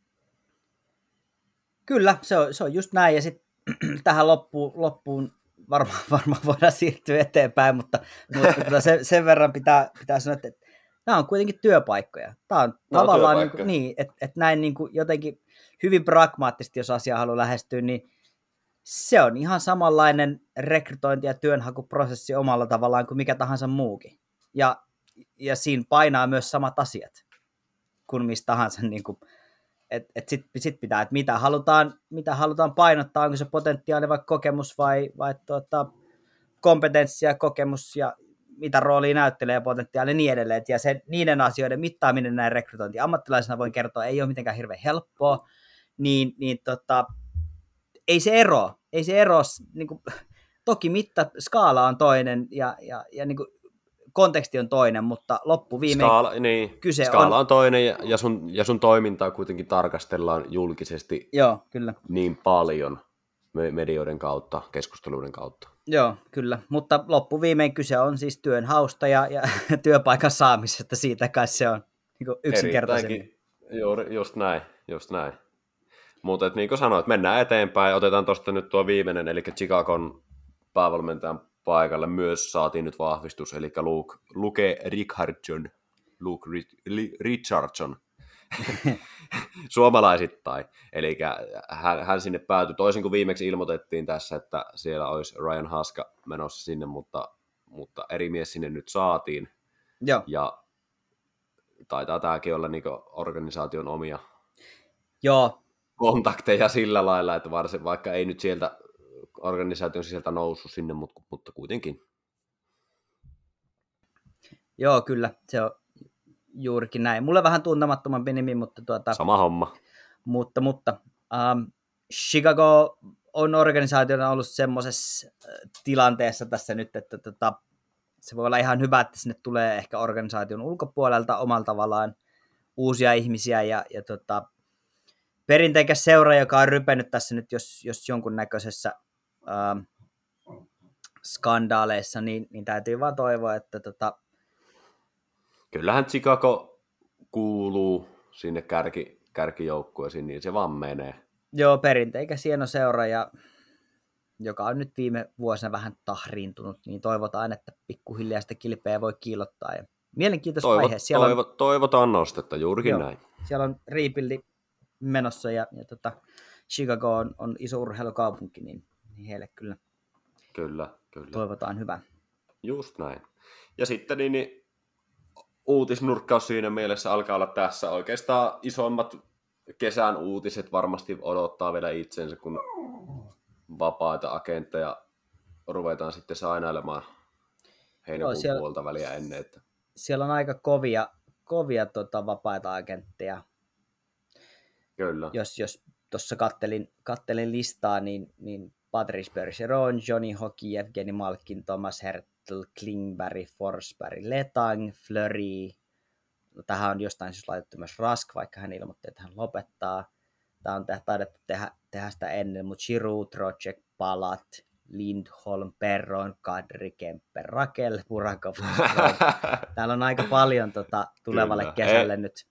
Kyllä, se on just näin, ja sitten tähän loppuun varmaan voidaan siirtyä eteenpäin, mutta sen verran pitää sanoa, että nämä on kuitenkin työpaikkoja. Tämä on tavallaan niin, että näin niin kuin jotenkin hyvin pragmaattisesti, jos asiaa haluaa lähestyä, niin se on ihan samanlainen rekrytointi- ja työnhakuprosessi omalla tavallaan kuin mikä tahansa muukin. Ja siinä painaa myös samat asiat kuin mistä tahansa. Niin kuin, sit pitää, että mitä halutaan painottaa, onko se potentiaali vai kokemus vai kompetenssi ja kokemus ja mitä roolia näyttelee potentiaali ja niin edelleen. Ja niiden asioiden mittaaminen näin rekrytointi ammattilaisena voin kertoa, ei ole mitenkään hirveän helppoa. niin ei se ero niin kuin, toki skaala on toinen ja niin kuin, konteksti on toinen, mutta loppuviimein
Skaala on toinen ja sun toimintaa kuitenkin tarkastellaan julkisesti
kyllä.
Niin paljon medioiden kautta, keskusteluiden kautta.
Joo, kyllä, mutta loppuviimein kyse on siis työn hausta ja työpaikan saamisesta, siitä kai se on niin yksinkertaisemmin.
Just näin. Mutta niin kuin sanoit, mennään eteenpäin, otetaan tuosta nyt tuo viimeinen, eli Chicagon päävalmentajan paikalle myös saatiin nyt vahvistus, eli Luke Richardson, suomalaisittain, eli hän sinne päätyi, toisin kuin viimeksi ilmoitettiin tässä, että siellä olisi Ryan Haska menossa sinne, mutta eri mies sinne nyt saatiin,
Joo.
Ja taitaa tämäkin olla niin organisaation omia kontakteja sillä lailla, että vaikka ei nyt sieltä organisaation sisältä noussut sinne, mutta kuitenkin.
Joo, kyllä, se on juurikin näin. Mulle vähän tuntemattomampi nimi, mutta
sama homma.
Mutta Chicago on organisaationa ollut semmoisessa tilanteessa tässä nyt, että se voi olla ihan hyvä, että sinne tulee ehkä organisaation ulkopuolelta omalla tavallaan uusia ihmisiä ja perinteikäs seura, joka on rypennyt tässä nyt jos jonkunnäköisessä skandaaleissa, niin täytyy vaan toivoa, että
Kyllähän Chicago kuuluu sinne kärkijoukkueisiin, niin se vaan menee.
Joo, perinteikäs hieno seura, joka on nyt viime vuosina vähän tahriintunut, niin toivotaan, että pikkuhiljaa sitä kilpeä voi kiillottaa. Ja mielenkiintoista aihe.
Toivotaan nostetta, juurikin näin.
Siellä on rebuildi menossa ja Chicago on iso urheilukaupunki, niin heille kyllä toivotaan hyvää.
Just näin. Ja sitten niin uutisnurkkaus siinä mielessä alkaa olla tässä. Oikeastaan isommat kesän uutiset varmasti odottaa vielä itsensä, kun vapaita agentteja ruvetaan sitten sainailemaan heinäkuun puolta väliä ennen. Että
siellä on aika kovia vapaita agentteja.
Kyllä.
Jos tuossa kattelin listaa, niin Patrice Bergeron, Johnny Hockey, Evgeni Malkin, Thomas Hertl, Klingberg, Forsberg, Letang, Fleury. No, tähän on jostain siis laitettu myös Rask, vaikka hän ilmoitti, että hän lopettaa. Tämä on taidettu tehdä sitä ennen, mutta Giroux, Trocheck, Palat, Lindholm, Perron, Kadri, Kemper, Rakel, Burakov. Täällä on aika paljon tulevalle kesälle nyt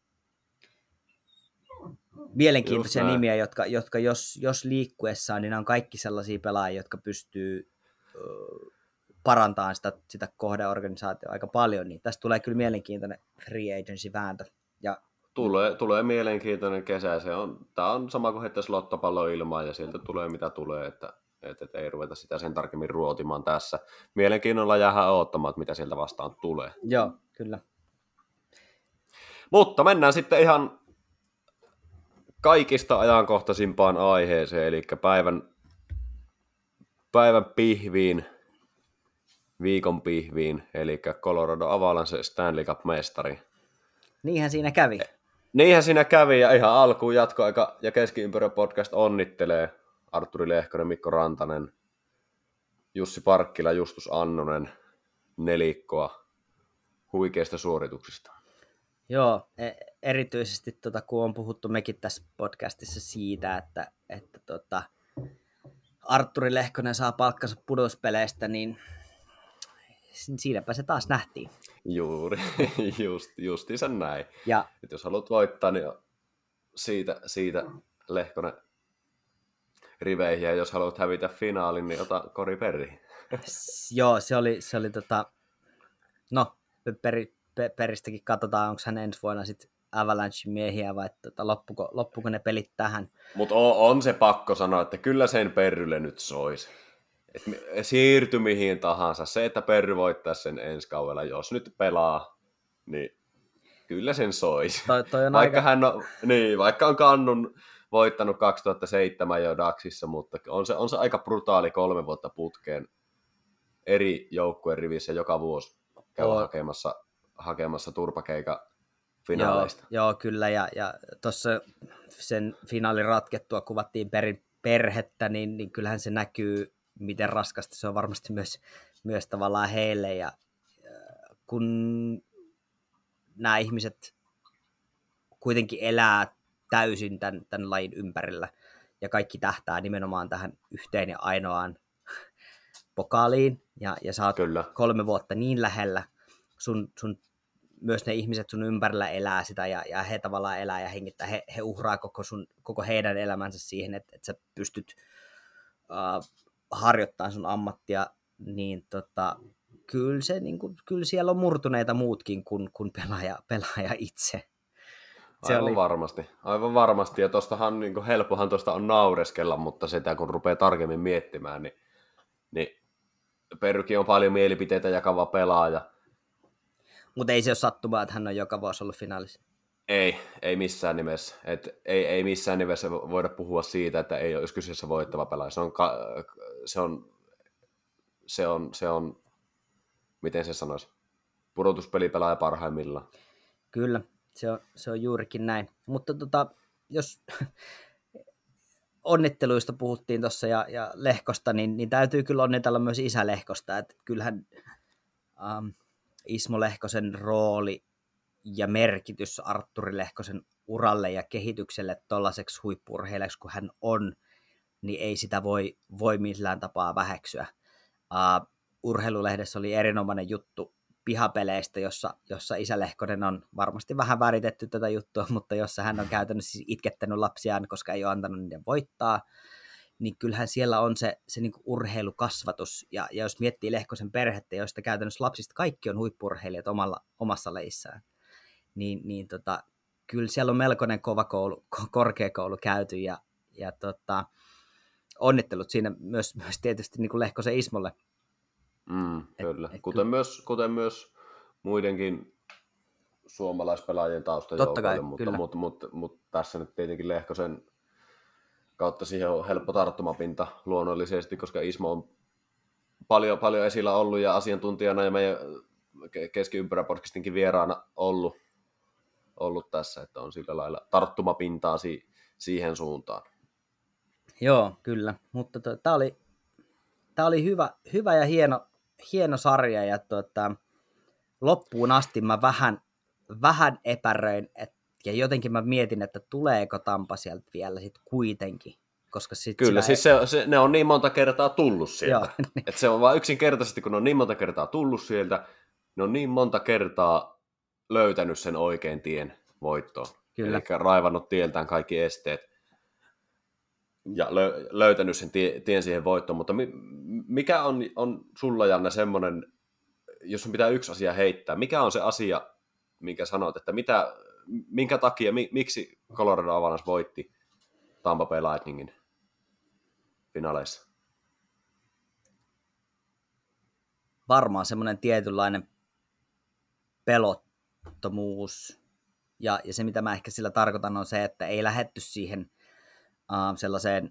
mielenkiintoisia nimiä, jotka jos liikkuessaan, niin ne on kaikki sellaisia pelaajia, jotka pystyy parantamaan sitä kohdeorganisaatiota aika paljon, niin tästä tulee kyllä mielenkiintoinen free agency-vääntö. Ja
Tulee mielenkiintoinen kesä. Tämä on sama kuin heittäisi lottopallo ilmaan ja sieltä tulee mitä tulee, että ei ruveta sitä sen tarkemmin ruotimaan tässä. Mielenkiinnolla jäähän odottamaan, että mitä sieltä vastaan tulee.
Joo, kyllä.
Mutta mennään sitten ihan kaikista ajankohtaisimpaan aiheeseen, eli päivän pihviin, viikon pihviin, eli Colorado Avalanche Stanley Cup-mestari.
Niinhän siinä kävi,
ja ihan alkuun jatkoaika ja keskiympyrä podcast onnittelee Artturi Lehkonen, Mikko Rantanen, Jussi Parkkila, Justus Annonen, nelikkoa huikeista suorituksista.
Joo, erityisesti kun on puhuttu mekin tässä podcastissa siitä, että Artturi Lehkonen saa palkkansa pudotuspeleistä, niin siinäpä se taas nähtiin.
Juuri, justiinsa näin.
Ja
et jos haluat voittaa, niin siitä Lehkonen riveihin, ja jos haluat hävitä finaalin, niin ota Kori Perri.
Joo, se oli no, Peristäkin katsotaan, onko hän ensi vuonna sitten Avalanche miehiä vai loppuko ne pelit tähän.
Mutta on se pakko sanoa, että kyllä sen Perrylle nyt soisi. Siirty mihin tahansa. Se, että Perry voittaa sen ensi kaudella, jos nyt pelaa, niin kyllä sen soisi. Vaikka on Kannun voittanut 2007 jo Daxissa, mutta on se aika brutaali 3 vuotta putkeen eri joukkueen rivissä joka vuosi käy hakemassa turpakeikan finaaleista.
Joo, kyllä, ja tuossa sen finaalin ratkettua kuvattiin perhettä, niin kyllähän se näkyy, miten raskasta se on varmasti myös tavallaan heille, ja kun nämä ihmiset kuitenkin elää täysin tämän lajin ympärillä, ja kaikki tähtää nimenomaan tähän yhteen ja ainoaan pokaaliin, ja sä oot
Kyllä.
3 vuotta niin lähellä, myös ne ihmiset sun ympärillä elää sitä, ja he tavallaan elää ja hengittää, he uhraa koko heidän elämänsä siihen, että sä pystyt harjoittamaan sun ammattia, niin kyllä siellä on murtuneita muutkin kuin pelaaja itse.
Aivan varmasti, ja tuostahan niin helppohan tuosta on naureskella, mutta sitä kun rupeaa tarkemmin miettimään, niin Perki on paljon mielipiteitä jakava pelaaja.
Mutta ei se ole sattumaa, että hän on joka vuosi ollut finaalissa.
Ei missään nimessä. Ei missään nimessä voida puhua siitä, että ei olisi kyseessä voittava pelaaja. Se on miten se sanoisi, pudotuspelipelaaja parhaimmillaan.
Kyllä, se on juurikin näin. Mutta jos onnitteluista puhuttiin tuossa ja Lehkosta, niin täytyy kyllä onnitella myös isä Lehkosta. Että kyllähän Ismo Lehkosen rooli ja merkitys Artturi Lehkosen uralle ja kehitykselle tuollaiseksi huippu-urheilijaksi kuin hän on, niin ei sitä voi millään tapaa väheksyä. Urheilulehdessä oli erinomainen juttu pihapeleistä, jossa isä Lehkonen on varmasti vähän väritetty tätä juttua, mutta jossa hän on käytännössä itkettänyt lapsiaan, koska ei ole antanut niiden voittaa, niin kyllähän siellä on se niin kuin urheilukasvatus, ja jos miettii Lehkosen perhettä, joista käytännössä lapsista kaikki on huippu-urheilijat omassa lajissaan, niin kyllä siellä on melkoinen kova korkeakoulu käyty, ja onnittelut siinä myös tietysti niin kuin Lehkosen Ismolle.
Kyllä, kuten myös muidenkin suomalaispelaajien taustajoukoille, mutta tässä nyt tietenkin Lehkosen kautta siihen on helppo tarttumapinta luonnollisesti, koska Ismo on paljon esillä ollut ja asiantuntijana ja meidän Keskiympyrä-podcastinkin vieraana ollut tässä, että on sillä lailla tarttumapintaa siihen suuntaan.
Joo, kyllä, mutta tämä oli hyvä ja hieno sarja, ja loppuun asti mä vähän epäröin, ja jotenkin mä mietin, että tuleeko Tampa sieltä vielä sitten kuitenkin. Koska
kyllä, siis ne on niin monta kertaa tullut sieltä. Että se on vaan yksinkertaisesti, kun ne on niin monta kertaa tullut sieltä, ne on niin monta kertaa löytänyt sen oikein tien voittoon. Kyllä. Eli raivannut tieltään kaikki esteet ja löytänyt sen tien siihen voittoon. Mutta mikä on sulla, Janne, semmoinen, jos sun pitää yksi asia heittää, mikä on se asia, minkä sanot, että minkä takia, miksi Colorado Avalanche voitti Tampa Bay Lightningin finaaleissa?
Varmaan semmoinen tietynlainen pelottomuus. Ja se, mitä mä ehkä sillä tarkoitan, on se, että ei lähdetty siihen sellaiseen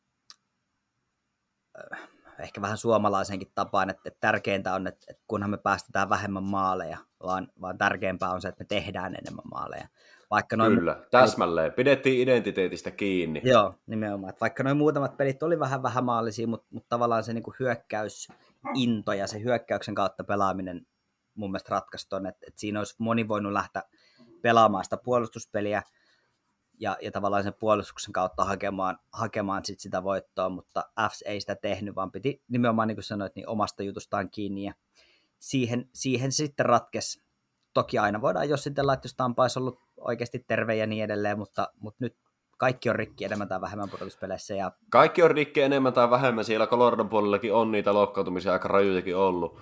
ehkä vähän suomalaisenkin tapaan, että tärkeintä on, että kunhan me päästetään vähemmän maaleja, vaan tärkeämpää on se, että me tehdään enemmän maaleja.
Kyllä, täsmälleen. Pidettiin identiteetistä kiinni.
Joo, nimenomaan. Että vaikka noin muutamat pelit oli vähän maalisia, mutta tavallaan se niin kuin hyökkäysinto ja se hyökkäyksen kautta pelaaminen mun mielestä ratkaisi ton, että siinä olisi moni voinut lähteä pelaamaan sitä puolustuspeliä ja tavallaan sen puolustuksen kautta hakemaan sitä voittoa, mutta Fs ei sitä tehnyt, vaan piti nimenomaan, niin kuin sanoit, niin omasta jutustaan kiinni, ja siihen sitten ratkesi. Toki aina voidaan jossitella, että jos Tampa olisi ollut oikeasti terve ja niin edelleen, mutta nyt kaikki on rikki enemmän tai vähemmän pudotuspeleissä. Ja
kaikki on rikki enemmän tai vähemmän, siellä Coloradon puolellakin on niitä loukkaantumisia aika rajujakin ollut.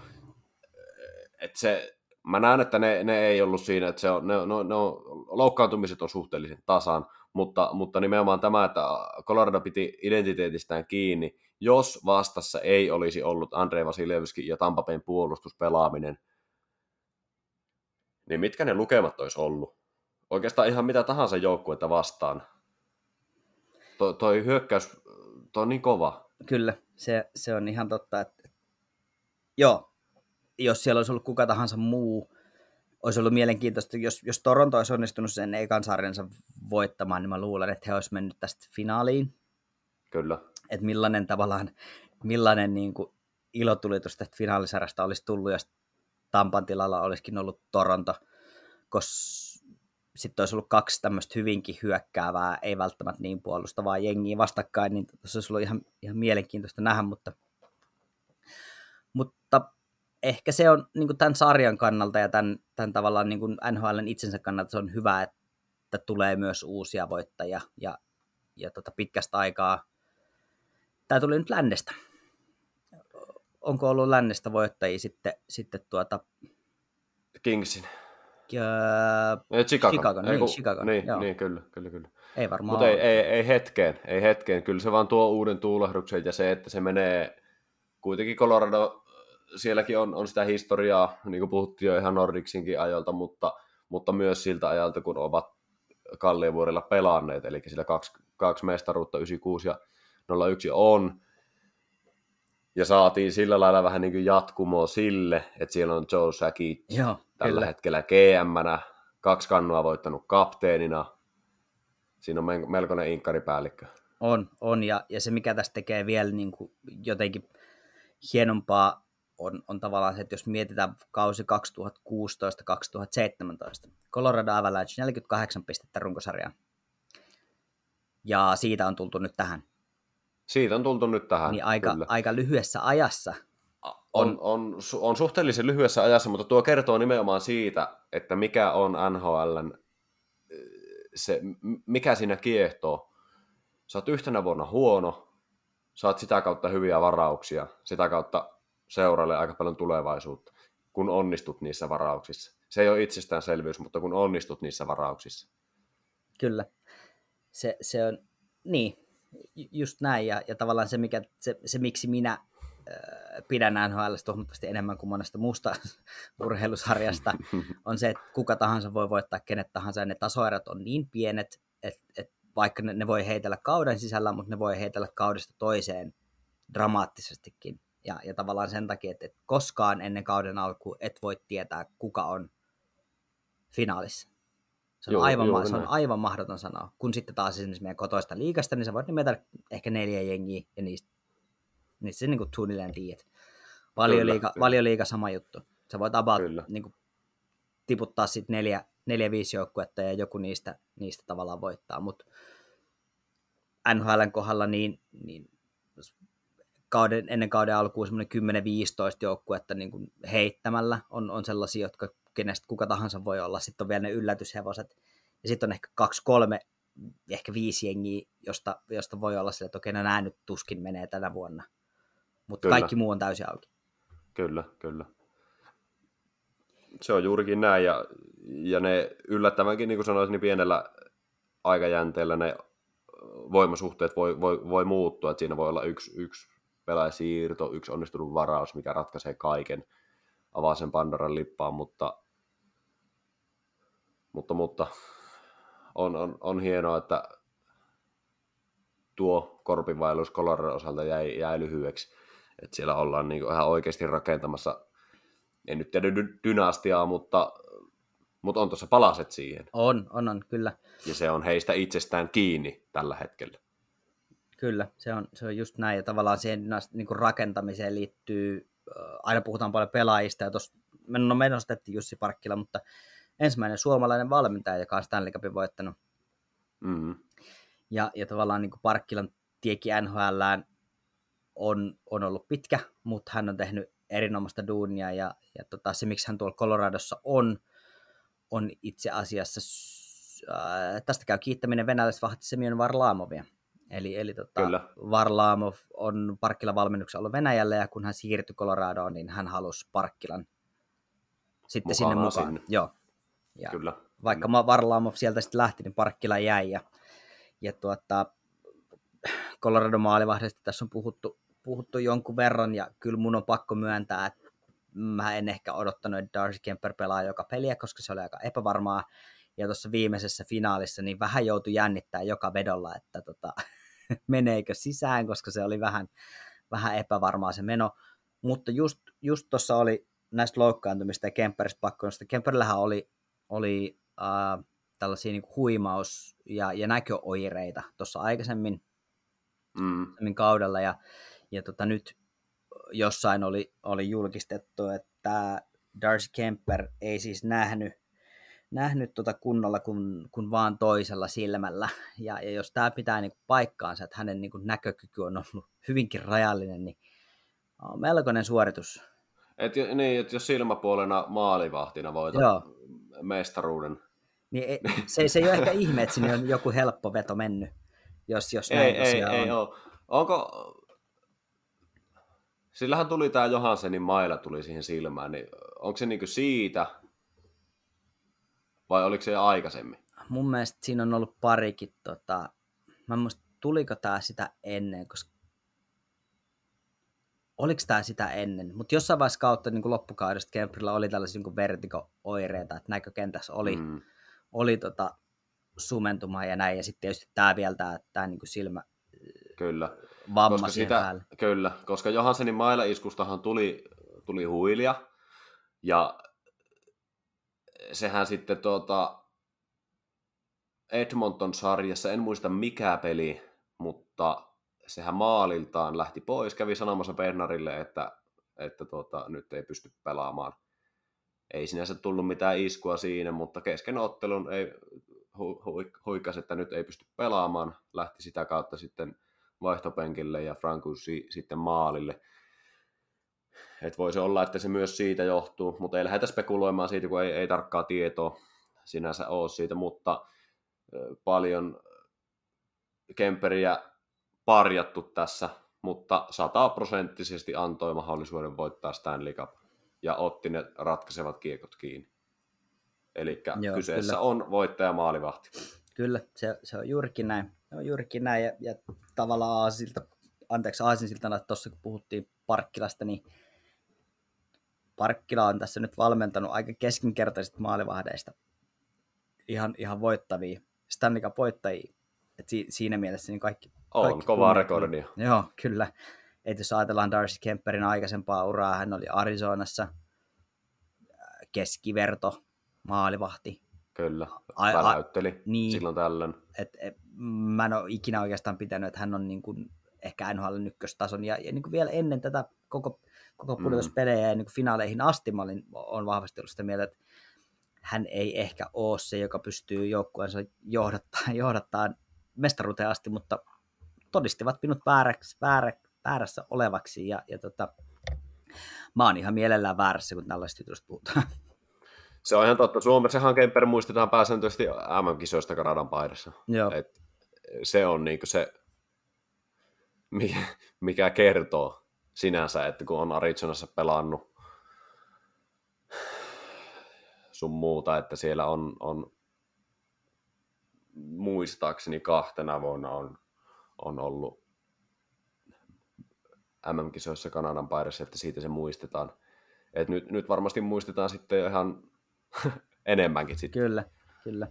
Mä näen, että ne ei ollut siinä, että loukkaantumiset on suhteellisen tasan, mutta nimenomaan tämä, että Colorado piti identiteetistään kiinni, jos vastassa ei olisi ollut Andrei Vasilevski ja Tampa Bayn puolustuspelaaminen, niin mitkä ne lukemat olisi ollut? Oikeastaan ihan mitä tahansa joukkuetta vastaan. Toi hyökkäys, toi on niin kova.
Kyllä, se on ihan totta, että joo, jos siellä olisi ollut kuka tahansa muu olisi ollut mielenkiintoista, jos Toronto olisi onnistunut sen ekan sarjansa voittamaan, niin mä luulen, että he olisi mennyt tästä finaaliin.
Kyllä.
Että millainen niin kuin ilotulitus tästä finaalisarjasta olisi tullut, jos Tampan tilalla olisikin ollut Toronto, koska sitten olisi ollut kaksi tämmöistä hyvinkin hyökkäävää, ei välttämättä niin puolustavaa jengiä vastakkain, niin se olisi ollut ihan mielenkiintoista nähdä, mutta ehkä se on niin kuin tämän sarjan kannalta ja tämän tavallaan niin kuin NHL:n itsensä kannalta se on hyvä, että tulee myös uusia voittajia ja pitkästä aikaa. Tämä tuli nyt lännestä. Onko ollut lännestä voittajia sitten
Kingsin.
Chicago.
Niin, kyllä.
Ei varmaan
mutta ei hetkeen. Kyllä se vaan tuo uuden tuulahduksen ja se, että se menee kuitenkin Colorado, sielläkin on sitä historiaa, niin kuin puhuttiin jo ihan Nordicsinkin ajalta, mutta myös siltä ajalta, kun ovat Kalliovuorilla pelanneet, eli sillä kaksi mestaruutta 96 ja 01 on. Ja saatiin sillä lailla vähän niin kuin jatkumoa sille, että siellä on Joe Sakic tällä hetkellä GM-nä, 2 kannua voittanut kapteenina. Siinä on melkoinen inkkaripäällikkö.
On ja se mikä tästä tekee vielä niin kuin jotenkin hienompaa on tavallaan se, että jos mietitään kausi 2016-2017, Colorado Avalanche 48 pistettä runkosarjaan. Ja siitä on tultu nyt tähän. Niin aika lyhyessä ajassa.
On suhteellisen lyhyessä ajassa, mutta tuo kertoo nimenomaan siitä, että mikä on NHL:n, mikä siinä kiehtoo. Sä oot yhtenä vuonna huono, saat sitä kautta hyviä varauksia, sitä kautta seuralle aika paljon tulevaisuutta, kun onnistut niissä varauksissa. Se ei ole itsestäänselvyys, mutta kun onnistut niissä varauksissa.
Kyllä. Se on, niin, just näin, ja tavallaan se miksi minä pidän NHL:stä huomattavasti enemmän kuin monesta muusta urheilusarjasta, on se, että kuka tahansa voi voittaa kenet tahansa, ja ne tasoerot on niin pienet, että vaikka ne voi heitellä kauden sisällä, mutta ne voi heitellä kaudesta toiseen dramaattisestikin, ja tavallaan sen takia, että koskaan ennen kauden alkuun et voi tietää, kuka on finaalissa. Se on aivan mahdoton sanoa. Kun sitten taas esimerkiksi meidän kotoista liigasta, niin sä voit nimetä ehkä 4 jengiä, ja niistä se niin kuin suunnilleen tiedät. Valioliiga sama juttu. Sä voit niin kuin tiputtaa sitten 4-5 joukkuetta, ja joku niistä tavallaan voittaa. Mutta NHL:n kohdalla niin ennen kauden alkuun semmoinen 10-15 joukkuetta niin kuin heittämällä on sellaisia, jotka kenestä kuka tahansa voi olla. Sitten on vielä ne yllätyshevoset. Ja sitten on ehkä 2-3, ehkä 5 jengiä, josta voi olla sille, että okei, nämä nyt tuskin menee tänä vuonna. Mutta kaikki muu on täysin auki.
Kyllä. Se on juurikin näin. Ja ne yllättävänkin, niin kuin sanoisin, niin pienellä aikajänteellä ne voimasuhteet voi muuttua. Että siinä voi olla yksi pelaajasiirto, yksi onnistunut varaus, mikä ratkaisee kaiken. Avaa sen Pandoran lippaan, mutta on hienoa, että tuo korpinvaellus Coloradon osalta jäi lyhyeksi. Että siellä ollaan niin kuin ihan oikeasti rakentamassa, en nyt tiedä dynastiaa, mutta on tuossa palaset siihen.
On, kyllä.
Ja se on heistä itsestään kiinni tällä hetkellä.
Kyllä, se on just näin. Ja tavallaan siihen niin kuin rakentamiseen liittyy, aina puhutaan paljon pelaajista, ja tuossa me nostettiin Jussi Parkkila, mutta ensimmäinen suomalainen valmentaja, joka on Stanley Cupin voittanut.
Mm-hmm.
Ja tavallaan niin kuin Parkkilan tiekin NHL:ään on ollut pitkä, mutta hän on tehnyt erinomaista duunia, ja se, miksi hän tuolla Coloradossa on itse asiassa, tästä käy kiittäminen venäläisvahti Semyon Varlamovia. Eli Varlamov on Parkkilan valmennuksessa ollut Venäjällä, ja kun hän siirtyi Coloradoon, niin hän halusi Parkkilan sitten sinne mukaan. Joo. Ja
kyllä.
Vaikka Varlamov sieltä sitten lähti, niin Parkkila jäi. Ja Colorado maalivahdista tässä on puhuttu jonkun verran, ja kyllä mun on pakko myöntää, että mä en ehkä odottanut, että Darcy Kuemper pelaa joka peliä, koska se oli aika epävarmaa. Ja tuossa viimeisessä finaalissa niin vähän joutui jännittää joka vedolla, että meneekö sisään, koska se oli vähän epävarmaa se meno. Mutta just tuossa näistä loukkaantumista ja Kemperistä pakko nostaa. Kemperillähän oli tällaisia niin kuin huimaus- ja näköoireita tuossa aikaisemmin kaudella, ja nyt jossain oli julkistettu, että Darcy Kemper ei siis nähnyt kunnolla kuin vaan toisella silmällä, ja jos tämä pitää niin kuin paikkaansa, että hänen niin kuin näkökyky on ollut hyvinkin rajallinen, niin on melkoinen suoritus.
Että jos silmäpuolena maalivahtina voitat mestaruuden.
Niin se ei ole ehkä ihme, että sinne on joku helppo veto mennyt, jos näin tosiaan on.
Ei ole. Onko... Sillähän tuli tämä Johanssenin maila tuli siihen silmään, niin onko se niinku siitä, vai oliko se jo aikaisemmin?
Mun mielestä siinä on ollut parikin, mä en muista, tuliko tämä sitä ennen, koska oliko tämä sitä ennen, mutta jossain vaiheessa kautta niin loppukaudesta Kemperillä oli tällaisia niin vertigo-oireita, että näkökentässä oli sumentumaa ja näin, ja sitten tietysti tämä vielä tämä niin silmä
kyllä.
vamma siihen päälle.
Kyllä, koska Johanssenin mailaiskustahan tuli huilia, ja sehän sitten Edmonton-sarjassa, en muista mikä peli, mutta sehän maaliltaan lähti pois, kävi sanomassa Bernarille, että nyt ei pysty pelaamaan. Ei sinänsä tullut mitään iskua siinä, mutta kesken ottelun ei huikkasi, että nyt ei pysty pelaamaan. Lähti sitä kautta sitten vaihtopenkille ja Francouz sitten maalille. Et voi se olla, että se myös siitä johtuu, mutta ei lähdetä spekuloimaan siitä, kun ei tarkkaa tietoa sinänsä ole siitä, mutta paljon Kemperiä parjattu tässä, mutta 100% antoi mahdollisuuden voittaa Stanley Cup ja otti ne ratkaisevat kiekot kiinni. Eli kyseessä kyllä on voittaja maalivahti.
Kyllä, se on juurikin näin. Ja tavallaan aasinsiltana tuossa kun puhuttiin Parkkilasta, niin Parkkila on tässä nyt valmentanut aika keskinkertaisista maalivahdeista ihan voittavia, Stanley Cup voittajia. Et siinä mielessä niin kaikki
kovaa rekordia.
Joo, kyllä. Et jos ajatellaan Darcy Kemperin aikaisempaa uraa, hän oli Arizonassa keskiverto maalivahti.
Kyllä, väläytteli
niin,
silloin tällöin.
Mä en ole ikinä oikeastaan pitänyt, että hän on niin kuin ehkä NHL:n ykköstason, ja niin kuin vielä ennen tätä koko pudotuspelejä ja niin kuin finaaleihin asti mä olen vahvasti ollut sitä mieltä, että hän ei ehkä ole se, joka pystyy joukkueensa johdattaa mestaruuteen asti, mutta todistivat minut väärässä olevaksi, ja mä oon ihan mielellään väärässä, kun tällaista jutusta puhutaan.
Se on ihan totta. Suomessahan Kemper muistetaan pääsääntöisesti MM-kisoista Kanadan paidassa. Se on niinku se, mikä kertoo sinänsä, että kun on Arizonassa pelannut sun muuta, että siellä on muistaakseni 2 vuonna on ollut MM-kisoissa Kanadan paidassa, että siitä se muistetaan. Et nyt varmasti muistetaan sitten ihan enemmänkin sitten.
Kyllä.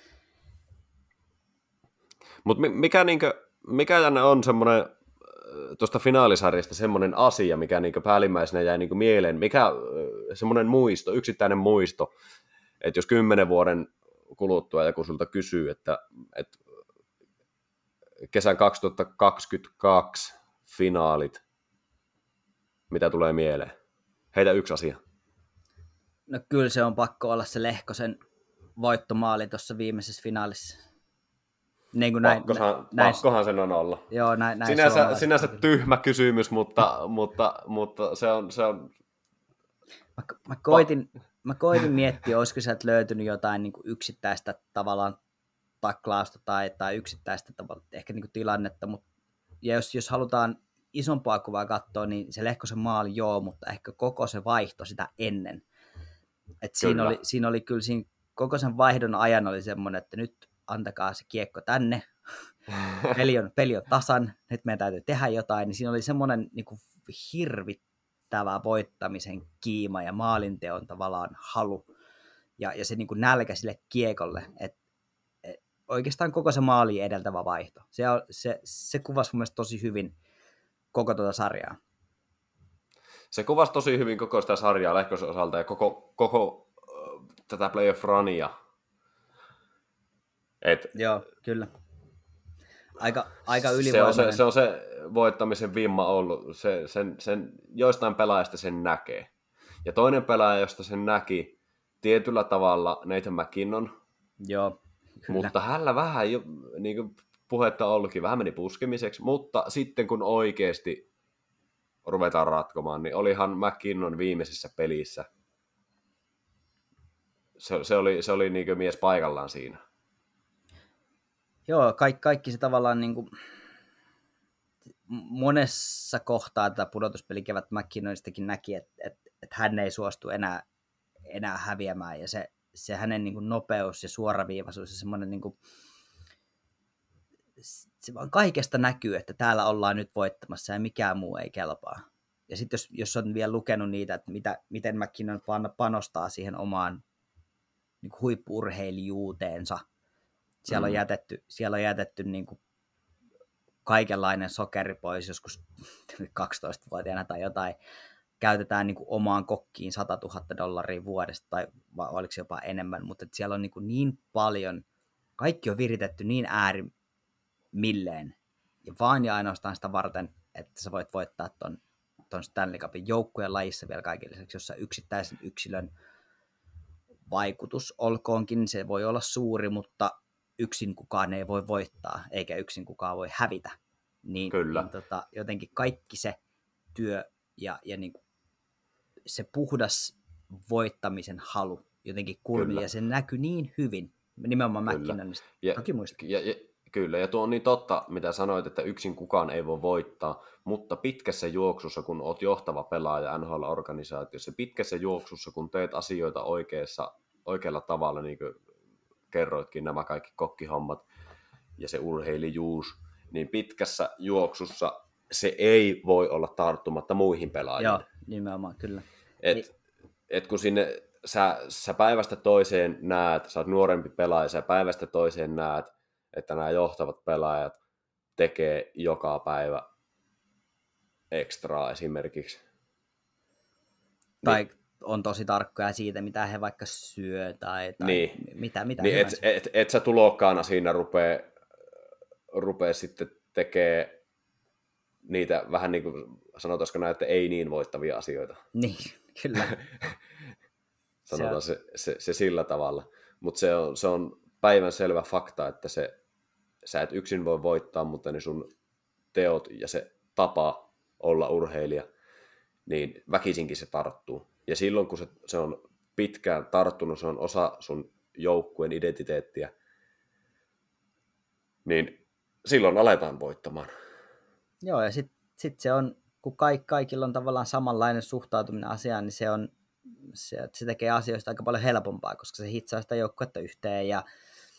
Mutta mikä on semmoinen tuosta finaalisarjasta semmoinen asia, mikä niinku päällimmäisenä jäi niinku mieleen, mikä semmoinen muisto, yksittäinen muisto, että jos 10 vuoden kuluttua joku sulta kysyy, että kesän 2022 finaalit, mitä tulee mieleen? Heitä yksi asia.
No kyllä se on pakko olla se Lehkosen voittomaali tuossa viimeisessä finaalissa. Niin kuin
pakkohan sen on olla.
Joo, näin
sinänsä tyhmä kysymys, mutta se on...
Mä koitin miettiä, olisiko sieltä löytynyt jotain niin kuin yksittäistä tavallaan taklausta tai yksittäistä ehkä niin kuin tilannetta, ja jos halutaan isompaa kuvaa katsoa, niin se Lehkosen maali joo, mutta ehkä koko se vaihto sitä ennen. Et siinä oli kyllä siinä koko sen vaihdon ajan oli semmoinen, että nyt antakaa se kiekko tänne, peli on tasan, nyt meidän täytyy tehdä jotain, niin siinä oli semmoinen niin kuin hirvittävä voittamisen kiima ja maalinteon tavallaan halu ja se niin kuin nälkä sille kiekolle, että oikeastaan koko se maali edeltävä vaihto. Se kuvasi mun mielestä tosi hyvin koko tuota sarjaa.
se kuvasi tosi hyvin koko sitä sarjaa Lehkosen osalta ja koko tätä playoff runia.
Joo, kyllä. Aika ylivoimainen.
Se on se voittamisen vimma ollut. Sen joistain pelaajista sen näkee. Ja toinen pelaaja, josta sen näki tietyllä tavalla, Nathan McKinnon.
Joo, kyllä.
Mutta hänellä vähän, niin kuin puhetta ollutkin, vähän meni puskemiseksi. Mutta sitten kun oikeasti ruvetaan ratkomaan, niin olihan McKinnon viimeisessä pelissä. Se oli niin kuin mies paikallaan siinä.
Joo, kaikki se tavallaan niin kuin monessa kohtaa tätä pudotuspelikevät McKinnonistakin näki, että hän ei suostu enää häviämään, ja se hänen niin kuin nopeus ja suoraviivaisuus ja semmoinen niin kuin, se vaan kaikesta näkyy, että täällä ollaan nyt voittamassa ja mikään muu ei kelpaa. Ja sitten jos on vielä lukenut niitä, että miten McKinnon panostaa siihen omaan niin kuin huippu-urheilijuuteensa, siellä on jätetty niin kuin kaikenlainen sokeri pois, joskus 12-vuotiaana tai jotain, käytetään niin kuin omaan kokkiin $100,000 vuodesta, tai oliko se jopa enemmän, mutta siellä on niin paljon, kaikki on viritetty niin äärimmilleen, ja vaan ja ainoastaan sitä varten, että sä voit voittaa ton Stanley Cupin joukkueen lajissa vielä kaiken lisäksi, jossa yksittäisen yksilön vaikutus olkoonkin, se voi olla suuri, mutta yksin kukaan ei voi voittaa, eikä yksin kukaan voi hävitä.
Kyllä.
Jotenkin kaikki se työ ja niin kuin se puhdas voittamisen halu jotenkin kulmii, ja se näkyy niin hyvin, nimenomaan McKinnonista. Toki muistin.
Kyllä, ja tuo on niin totta, mitä sanoit, että yksin kukaan ei voi voittaa, mutta pitkässä juoksussa, kun olet johtava pelaaja NHL-organisaatiossa, pitkässä juoksussa, kun teet asioita oikealla tavalla, niin kuin kerroitkin nämä kaikki kokkihommat ja se urheilijuus, niin pitkässä juoksussa se ei voi olla tarttumatta muihin pelaajiin.
Joo, nimenomaan, kyllä.
Et kun sinne sä päivästä toiseen näet, sä oot nuorempi pelaaja, sä päivästä toiseen näet, että nämä johtavat pelaajat tekee joka päivä ekstraa esimerkiksi.
Tai on tosi tarkkoja siitä, mitä he vaikka syö tai mitä
niin et sä tulokkaana siinä rupee sitten tekemään niitä vähän niin kuin sanotaanko näin, että ei niin voittavia asioita.
Niin, kyllä.
Sanotaan se sillä tavalla. Mutta se on päivänselvä fakta, että sä et yksin voi voittaa, mutta ne sun teot ja se tapa olla urheilija, niin väkisinkin se tarttuu. Ja silloin, kun se on pitkään tarttunut, se on osa sun joukkueen identiteettiä, niin silloin aletaan voittamaan.
Joo, ja sit se on, kun kaikilla on tavallaan samanlainen suhtautuminen asiaan, niin se tekee asioista aika paljon helpompaa, koska se hitsaa sitä joukkuetta yhteen, ja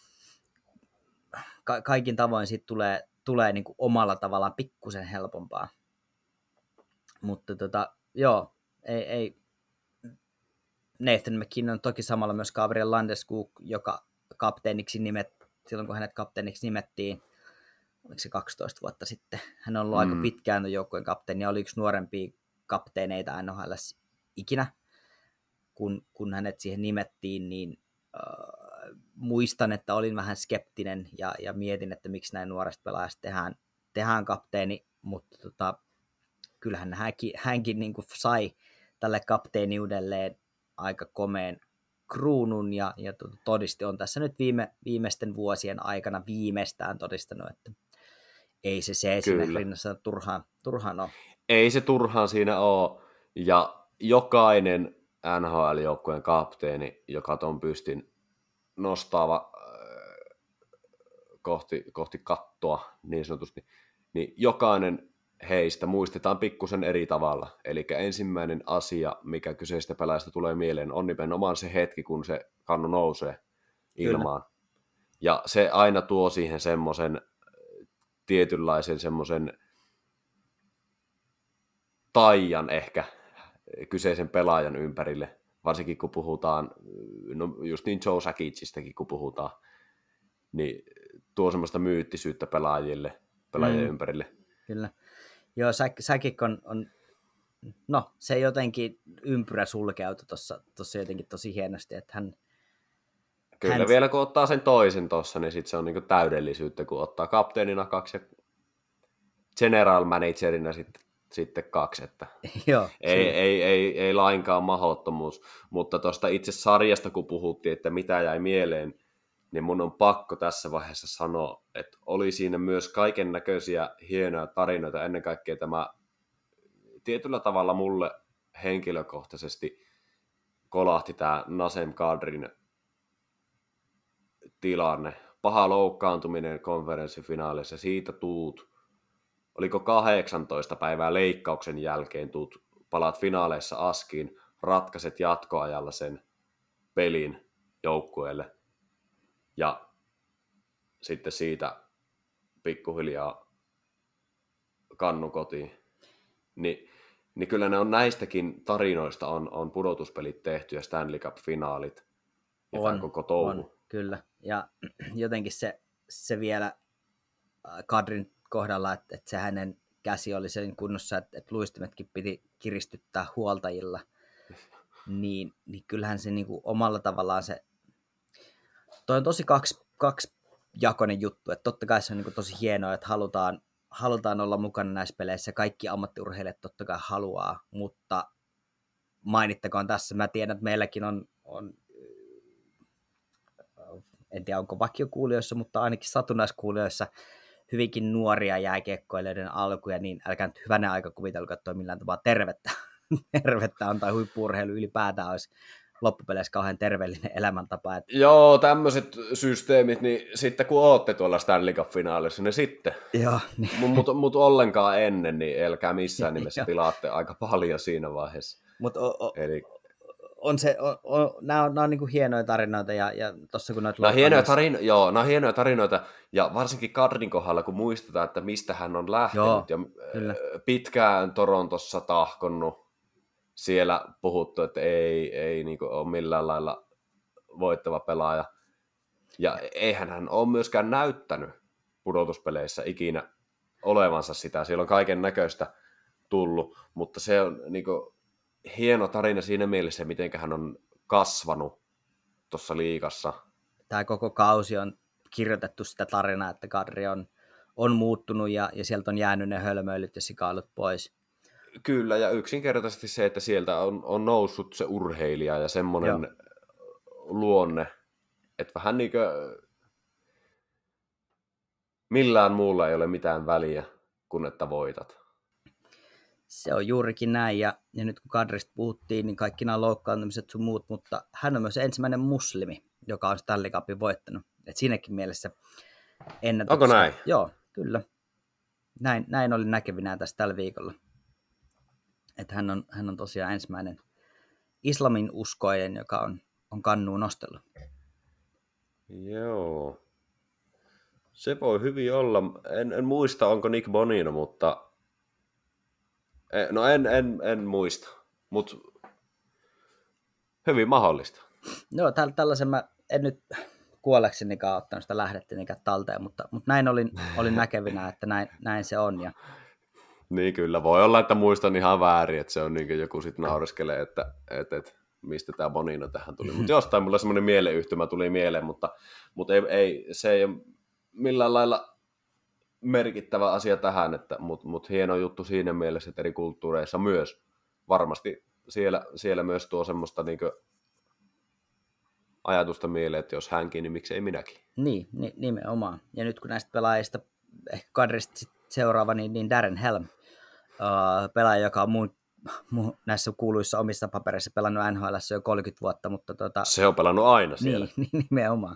kaikin tavoin siitä tulee niin kuin omalla tavallaan pikkusen helpompaa. Mutta joo, ei. Nathan McKinnon toki samalla myös Gabriel Landeskog, joka kapteeniksi silloin kun hänet kapteeniksi nimettiin, oliko se 12 vuotta sitten, hän on ollut aika pitkään tuon joukkueen kapteeni ja oli yksi nuorempia kapteeneita NHL ikinä, kun hänet siihen nimettiin, niin muistan, että olin vähän skeptinen ja mietin, että miksi näin nuoresta pelaajasta tehdään kapteeni, mutta kyllähän hänkin niin kuin sai tälle kapteeniudelleen aika komeen kruunun ja todisti on tässä nyt viimeisten vuosien aikana viimeistään todistanut, että ei se siinä rinnassa turhaan ole.
Ei se turhaan siinä ole, ja jokainen NHL-joukkueen kapteeni, joka ton pystin nostava kohti kattoa niin sanotusti, niin jokainen heistä muistetaan pikkusen eri tavalla. Eli ensimmäinen asia, mikä kyseistä pelaajasta tulee mieleen, on nimenomaan se hetki, kun se kannu nousee ilmaan. Kyllä. Ja se aina tuo siihen semmoisen tietynlaisen semmoisen taian ehkä kyseisen pelaajan ympärille. Varsinkin kun puhutaan, no just niin Joe Sakicistakin kun puhutaan, niin tuo semmoista myyttisyyttä pelaajien ympärille.
Kyllä. Joo, Sakic on no se jotenkin ympyrä sulkeutui tuossa jotenkin tosi hienosti, että
Kyllä vielä kun ottaa sen toisen tuossa, niin sitten se on niinku täydellisyyttä, kun ottaa kapteenina 2 ja general managerina sitten 2, että
joo,
ei lainkaan mahdottomuus, mutta tuosta itse sarjasta kun puhuttiin, että mitä jäi mieleen, niin mun on pakko tässä vaiheessa sanoa, että oli siinä myös kaiken näköisiä hienoja tarinoita, ennen kaikkea tämä tietyllä tavalla mulle henkilökohtaisesti kolahti tämä Nazem Kadrin tilanne, paha loukkaantuminen konferenssifinaalissa, siitä oliko 18 päivää leikkauksen jälkeen palaat finaaleissa askiin, ratkaiset jatkoajalla sen pelin joukkueelle ja sitten siitä pikkuhiljaa kannu kotiin. Niin kyllä ne on näistäkin tarinoista on pudotuspelit tehty ja Stanley Cup-finaalit ja tämän koko touhu.
On, kyllä. Ja jotenkin se vielä Kadrin kohdalla, että se hänen käsi oli sen kunnossa, että luistimetkin piti kiristyttää huoltajilla, niin kyllähän se niinku omalla tavallaan toi on tosi kaksijakoinen juttu, että totta kai se on niinku tosi hienoa, että halutaan olla mukana näissä peleissä, kaikki ammattiurheilijat totta kai haluaa, mutta mainittakoon tässä, mä tiedän, että meilläkin on en tiedä onko vakiokuulijoissa, mutta ainakin satunnaiskuulijoissa hyvinkin nuoria jääkiekkoilijoiden alkuja, niin älkää nyt hyvänen aika kuvitelko, että toi millään tavalla tervettä on, tai huippu-urheilu ylipäätään olisi loppupeleissä kauhean terveellinen elämäntapa.
Joo, tämmöiset systeemit, niin sitten kun ootte tuolla Stanley Cup-finaalissa, niin sitten.
Joo, niin.
Mutta ollenkaan ennen, niin älkää missään nimessä pilaatte aika paljon siinä vaiheessa.
Eli nämä on niin kuin hienoja tarinoita, ja tossa kun noita...
Nämä on hienoja tarinoita, ja varsinkin Kadrin kohdalla, kun muistetaan, että mistä hän on lähtenyt, ja kyllä. Pitkään Torontossa tahkonnut, siellä puhuttu, että ei niin kuin ole millään lailla voittava pelaaja, ja eihän hän ole myöskään näyttänyt pudotuspeleissä ikinä olevansa sitä, siellä on kaiken näköistä tullut, mutta se on niin kuin hieno tarina siinä mielessä, miten hän on kasvanut tuossa liigassa.
Tämä koko kausi on kirjoitettu sitä tarinaa, että Kadri on muuttunut ja sieltä on jäänyt ne hölmöilyt ja sikailut pois.
Kyllä, ja yksinkertaisesti se, että sieltä on noussut se urheilija ja semmoinen luonne, että vähän niin kuin millään muulla ei ole mitään väliä, kun että voitat.
Se on juurikin näin, ja nyt kun Kadrista puhuttiin, niin kaikki nämä loukkaantumiset sun muut, mutta hän on myös ensimmäinen muslimi, joka on Stanley Cupin voittanut. Et siinäkin mielessä ennätys.
Onko näin?
Joo, kyllä. Näin oli näkevinä tässä tällä viikolla. Että hän on tosiaan ensimmäinen islamin uskoinen, joka on kannuun nostellut.
Joo. Se voi hyvin olla. En muista, onko Nick Bonino, mutta no en muista, mutta hyvin mahdollista.
Joo, tällaisen mä en nyt kuolleksenikaan ottanut sitä lähdettinikään talteen, mutta näin olin näkevinä, että näin se on. Ja...
Niin kyllä, voi olla, että muistan ihan väärin, että se on niin kuin joku sitten naureskelee, että mistä tämä Bonino tähän tuli. Mutta jostain mulla semmoinen mieleyhtymä tuli mieleen, mutta se ei ole millään lailla merkittävä asia tähän, mutta hieno juttu siinä mielessä, että eri kulttuureissa myös varmasti siellä myös tuo semmoista niin kuin ajatusta mieleen, että jos hänkin, niin miksei minäkin.
Niin, nimenomaan. Ja nyt kun näistä pelaajista, ehkä Kadrista seuraava, niin Darren Helm, pelaaja, joka on näissä kuuluissa omissa papereissa pelannut NHL:ssä jo 30 vuotta, mutta
se on pelannut aina siellä.
Niin, nimenomaan.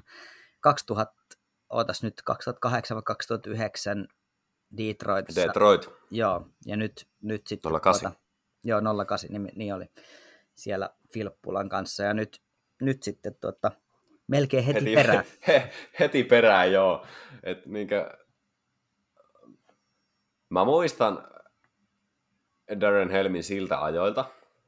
2008 vai 2009 Detroitissa.
Detroit.
Joo, ja nyt sitten...
08.
Joo, 08, niin oli siellä Filppulan kanssa, ja nyt sitten melkein heti perään.
Heti perään, joo. Et mä muistan Darren Helmin siltä ajoilta,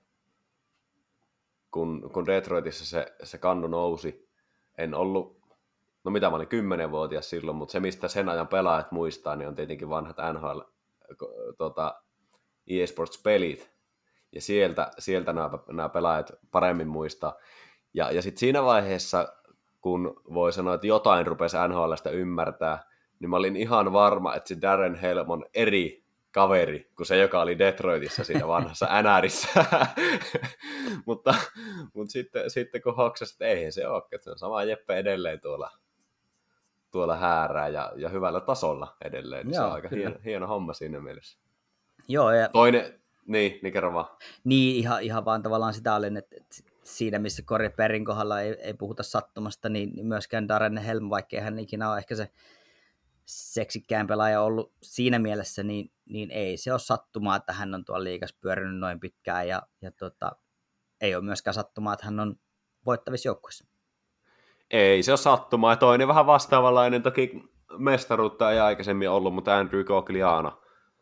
kun Detroitissa se kannu nousi. En ollut, no mitä mä olin 10-vuotias silloin, mutta se mistä sen ajan pelaajat muistaa, niin on tietenkin vanhat NHL eSports-pelit. Ja sieltä nämä pelaajat paremmin muistaa. Ja sitten siinä vaiheessa, kun voi sanoa, että jotain rupesi NHL:stä ymmärtää, niin mä olin ihan varma, että se Darren Helm on eri kaveri kuin se, joka oli Detroitissa siinä vanhassa NRissä. mutta sitten kun hoksasi, että eihän se ole, että se on sama Jeppe edelleen tuolla häärää ja hyvällä tasolla edelleen. Joo, se on aika hieno homma siinä mielessä.
Joo, ja
toinen, niin kerro vaan.
Niin, ihan vaan tavallaan sitä olen, että siinä missä Corey Perryn kohdalla ei puhuta sattumasta, niin myöskään Darren Helm, vaikkei hän ikinä ole ehkä se seksikkään pelaaja ollut siinä mielessä, niin ei se ole sattumaa, että hän on tuolla liigassa pyörinyt noin pitkään, ja ei ole myöskään sattumaa, että hän on voittavissa joukkueissa.
Ei se ole sattumaa, ja toinen vähän vastaavanlainen, toki mestaruutta ei aikaisemmin ollut, mutta Andrew Cogliano,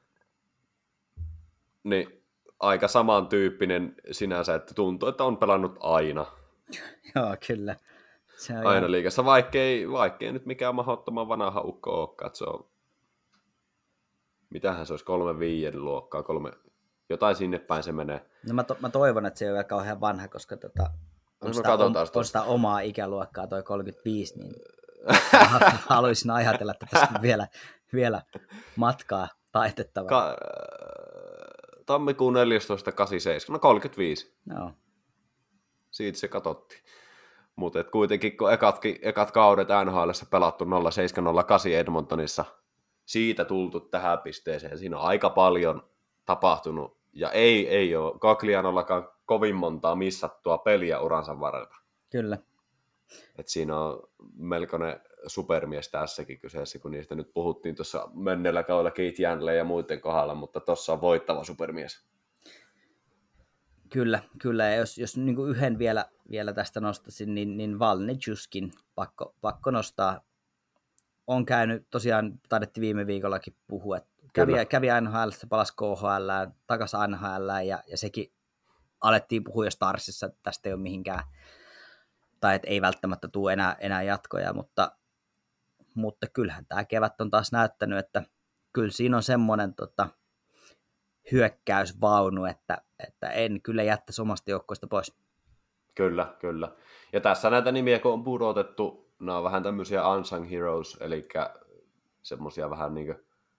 niin aika samantyyppinen sinänsä, että tuntuu, että on pelannut aina.
Joo, kyllä. Se on
aina liigassa, vaikkei nyt mikään mahdottoman vanha ukko olekaan, että se on, mitähän se olisi, 3-5 luokkaa, jotain sinne päin se menee.
No mä toivon, että se ei ole kauhean vanha, koska on sitä omaa ikäluokkaa, toi 35, niin haluaisin ajatella, että tässä on vielä matkaa taitettavaa.
Tammikuun 14.87, no 35.
No.
Siitä se katsottiin. Mutta kuitenkin, kun ekat kaudet NHL:ssä pelattu 07-08 Edmontonissa, siitä tultu tähän pisteeseen. Siinä on aika paljon tapahtunut, ja ei ole Coglianollakaan kovin montaa missattua peliä uransa varrella.
Kyllä.
Et siinä on melkoinen supermies tässäkin kyseessä, kun niistä nyt puhuttiin tuossa menneellä kaudella Keith Yandle ja muiden kohdalla, mutta tuossa on voittava supermies.
Kyllä. Ja jos niin kuin yhden vielä tästä nostaisin, niin Valnejuskin pakko nostaa. On käynyt, tosiaan taidettiin viime viikollakin puhua, että kävi NHL:ssä, palasi KHL, takaisin NHL, ja sekin alettiin puhua jo Starsissa, että tästä ei ole mihinkään, tai että ei välttämättä tule enää jatkoja, mutta kyllähän tämä kevät on taas näyttänyt, että kyllä siinä on semmoinen hyökkäysvaunu, että en kyllä jättäisi omasta joukkoista pois.
Kyllä. Ja tässä näitä nimiä, kun on pudotettu, nämä on vähän tämmöisiä unsung heroes, eli semmoisia vähän niin kuin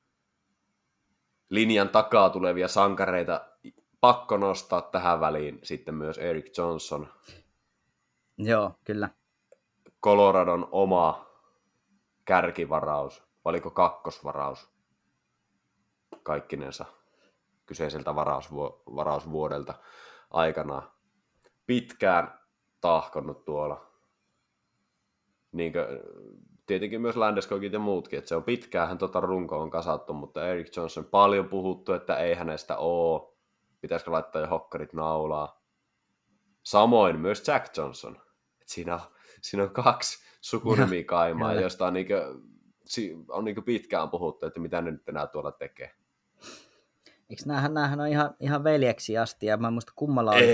linjan takaa tulevia sankareita. Pakko nostaa tähän väliin sitten myös Erik Johnson.
Joo, kyllä.
Coloradon oma kärkivaraus, oliko kakkosvaraus kaikkinensa kyseiseltä varausvuodelta aikanaan. Pitkään tahkonnut tuolla. Niin kuin, tietenkin myös Landeskogit ja muutkin, että se on pitkäänhän runko on kasattu, mutta Erik Johnson paljon puhuttu, että ei hänestä ole. Pitäisikö laittaa jo hokkarit naulaa. Samoin myös Jack Johnson. Et siinä on kaksi sukunimikaimaa, josta on pitkään puhuttu, että mitä ne nyt enää tuolla tekee.
Eikö näähän on ihan veljeksi asti, ja mä en muista kummalla on...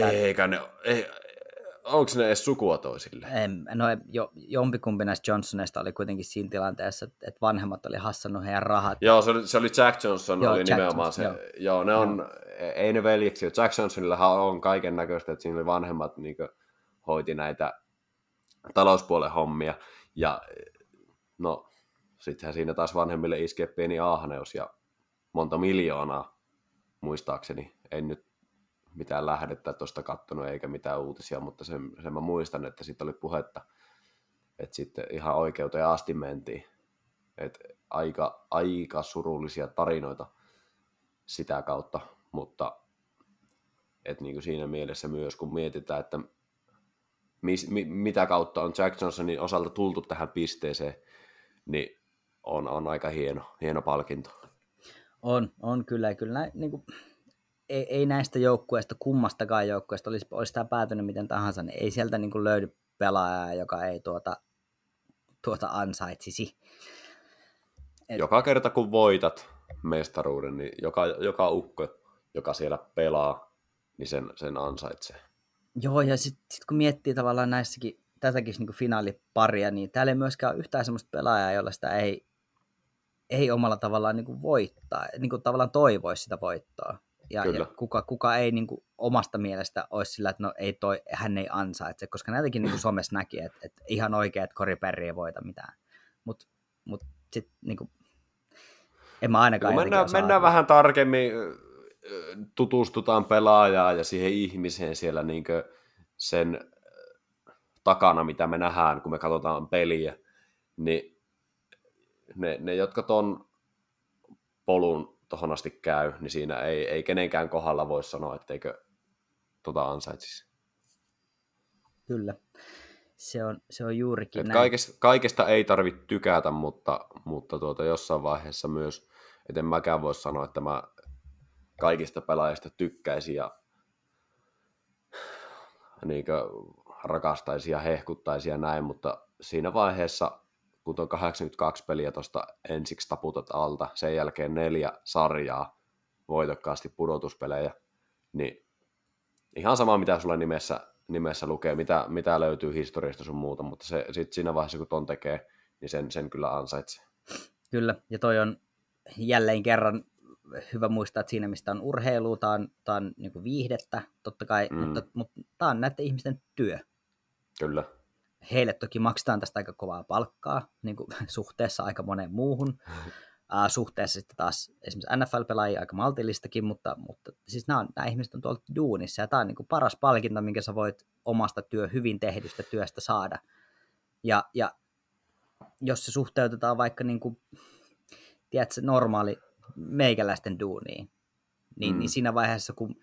Onko ne edes sukua toisille?
Jompikumpi näistä Johnsoneista oli kuitenkin siinä tilanteessa, että vanhemmat oli hassannut heidän rahat.
Joo, se oli Jack Johnson, oli
Jack
nimenomaan
Johnson,
se. Joo, ne on, ei ne veljeksi. Jack Johnsonillahan on kaiken näköistä, että siinä oli vanhemmat hoiti näitä talouspuolen hommia. Ja no, sittenhän siinä taas vanhemmille iskee pieni ahneus ja monta miljoonaa, muistaakseni. En nyt mitään lähdettä tuosta kattonut eikä mitään uutisia, mutta sen mä muistan, että sitten oli puhetta, että sitten ihan oikeuteen asti mentiin. Että aika surullisia tarinoita sitä kautta, mutta että niin kuin siinä mielessä myös, kun mietitään, että mitä kautta on Jack Johnsonin osalta tultu tähän pisteeseen, niin on aika hieno palkinto.
On kyllä. Niin kuin, ei näistä joukkueista, kummastakaan joukkueesta, olisi tämä päätynyt miten tahansa, niin ei sieltä niin kuin löydy pelaajaa, joka ei tuota ansaitsisi.
Joka kerta kun voitat mestaruuden, niin joka ukko, joka siellä pelaa, niin sen ansaitsee.
Joo, ja sitten kun miettii tavallaan tätäkin niin kuin finaaliparia, niin täällä ei myöskään ole yhtään sellaista pelaajaa, jolla sitä ei omalla tavallaan niin kuin voittaa, niin kuin tavallaan toivoisi sitä voittoa. ja kuka ei niin kuin omasta mielestä olisi sillä, että no hän ei ansaitse, koska näitäkin niin kuin somessa näki, että ihan oikein, että Corey Perry ei voita mitään. Mutta sitten niin kuin, en mä ainakaan
mennään vähän tarkemmin, tutustutaan pelaajaan ja siihen ihmiseen siellä niin sen takana, mitä me nähdään, kun me katsotaan peliä, niin ne jotka ton polun tohon asti käy, niin siinä ei kenenkään kohdalla voi sanoa, etteikö ansaitsisi.
Kyllä, se on juurikin näin.
Kaikesta ei tarvitse tykätä, mutta jossain vaiheessa myös, et en mäkään voi sanoa, että mä kaikista pelaajista tykkäisin ja rakastaisin ja hehkuttaisin ja näin, mutta siinä vaiheessa, kun on 82 peliä tuosta ensiksi taputat alta, sen jälkeen 4 sarjaa, voitokkaasti pudotuspelejä, niin ihan sama, mitä sulla nimessä lukee, mitä löytyy historiasta sun muuta, mutta se sitten siinä vaiheessa, kun ton tekee, niin sen kyllä ansaitsee.
Kyllä, ja toi on jälleen kerran hyvä muistaa, että siinä, mistä on urheilua, tämä on niin kuin viihdettä, totta kai, mutta tämä on näiden ihmisten työ.
Kyllä.
Heille toki maksetaan tästä aika kovaa palkkaa, niin kuin suhteessa aika moneen muuhun. Suhteessa sitten taas esimerkiksi NFL-pelaajia aika maltillistakin, mutta siis nämä ihmiset on tuolla duunissa, ja tämä on niin kuin paras palkinto, minkä sä voit omasta hyvin tehdystä työstä saada. Ja jos se suhteutetaan vaikka niin kuin, tiedätkö, normaali meikäläisten duuniin, niin siinä vaiheessa, kun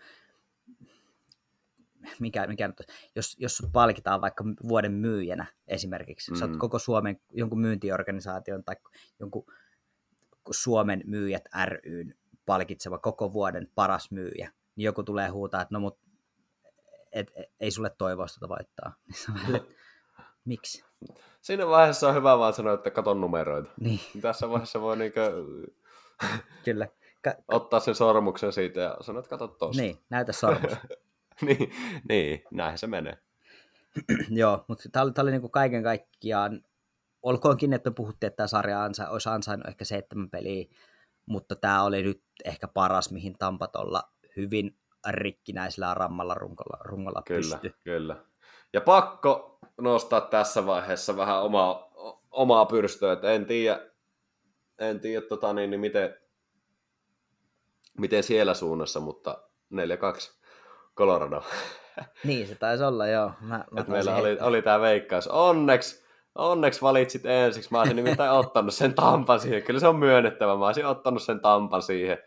jos sut palkitaan vaikka vuoden myyjänä esimerkiksi, sä oot koko Suomen jonkun myyntiorganisaation tai jonkun Suomen myyjät ry:n palkitseva koko vuoden paras myyjä, niin joku tulee huutaa, että no mut ei sulle toivoa sitä voittaa. Miksi?
Siinä vaiheessa on hyvä vaan sanoa, että katon numeroita.
Niin.
Tässä vaiheessa voi
Kyllä.
Ottaa sen sormuksen siitä ja sanoa, että kato tosta.
Niin, näytä sormus.
niin, näinhän se menee.
Joo, mutta tämä oli niin kuin kaiken kaikkiaan, olkoonkin, että me puhuttiin, että tämä sarja olisi ansainnut ehkä 7 peliä, mutta tämä oli nyt ehkä paras, mihin Tampa tuolla hyvin rikkinäisellä rammalla rungolla pystyi.
Kyllä. Ja pakko nostaa tässä vaiheessa vähän omaa pyrstöä, että en tiedä miten siellä suunnassa, mutta 4-2 Colorado.
Niin, se taisi olla, joo.
Meillä oli tämä veikkaus. Onneksi valitsit ensiksi. Mä olisin nimittäin ottanut sen Tampan siihen. Kyllä se on myönnettävä. Mä olisin ottanut sen Tampan siihen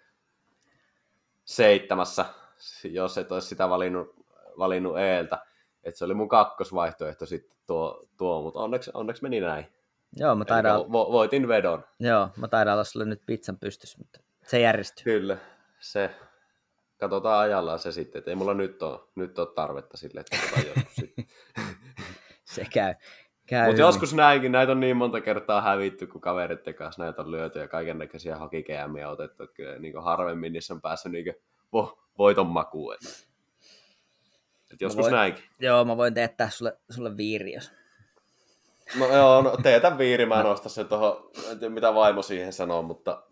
7, jos et olisi sitä valinnut eeltä. Et se oli mun kakkosvaihtoehto sitten tuo, mutta onneksi meni näin.
Joo, mä taidan...
Voitin vedon.
Joo, mä taidan olla sulle nyt pizzan pystyssä, mutta se järjestyy.
Kyllä, se. Katsotaan ajallaan se sitten, että ei mulla nyt ole tarvetta sille, että katsotaan joskus sitten.
Se käy.
Mutta joskus näitä on niin monta kertaa hävitty, kun kaveritten kanssa näitä on lyöty ja kaikennäköisiä hokikejämiä otettu, että kyllä niin harvemmin niissä on päässyt niin voiton makuun. Et joskus näinkin. Joo,
mä voin teettää sulle viiri, jos...
No joo, teetän viiri, mä nostan sen tuohon, en tiedä mitä vaimo siihen sanoo, mutta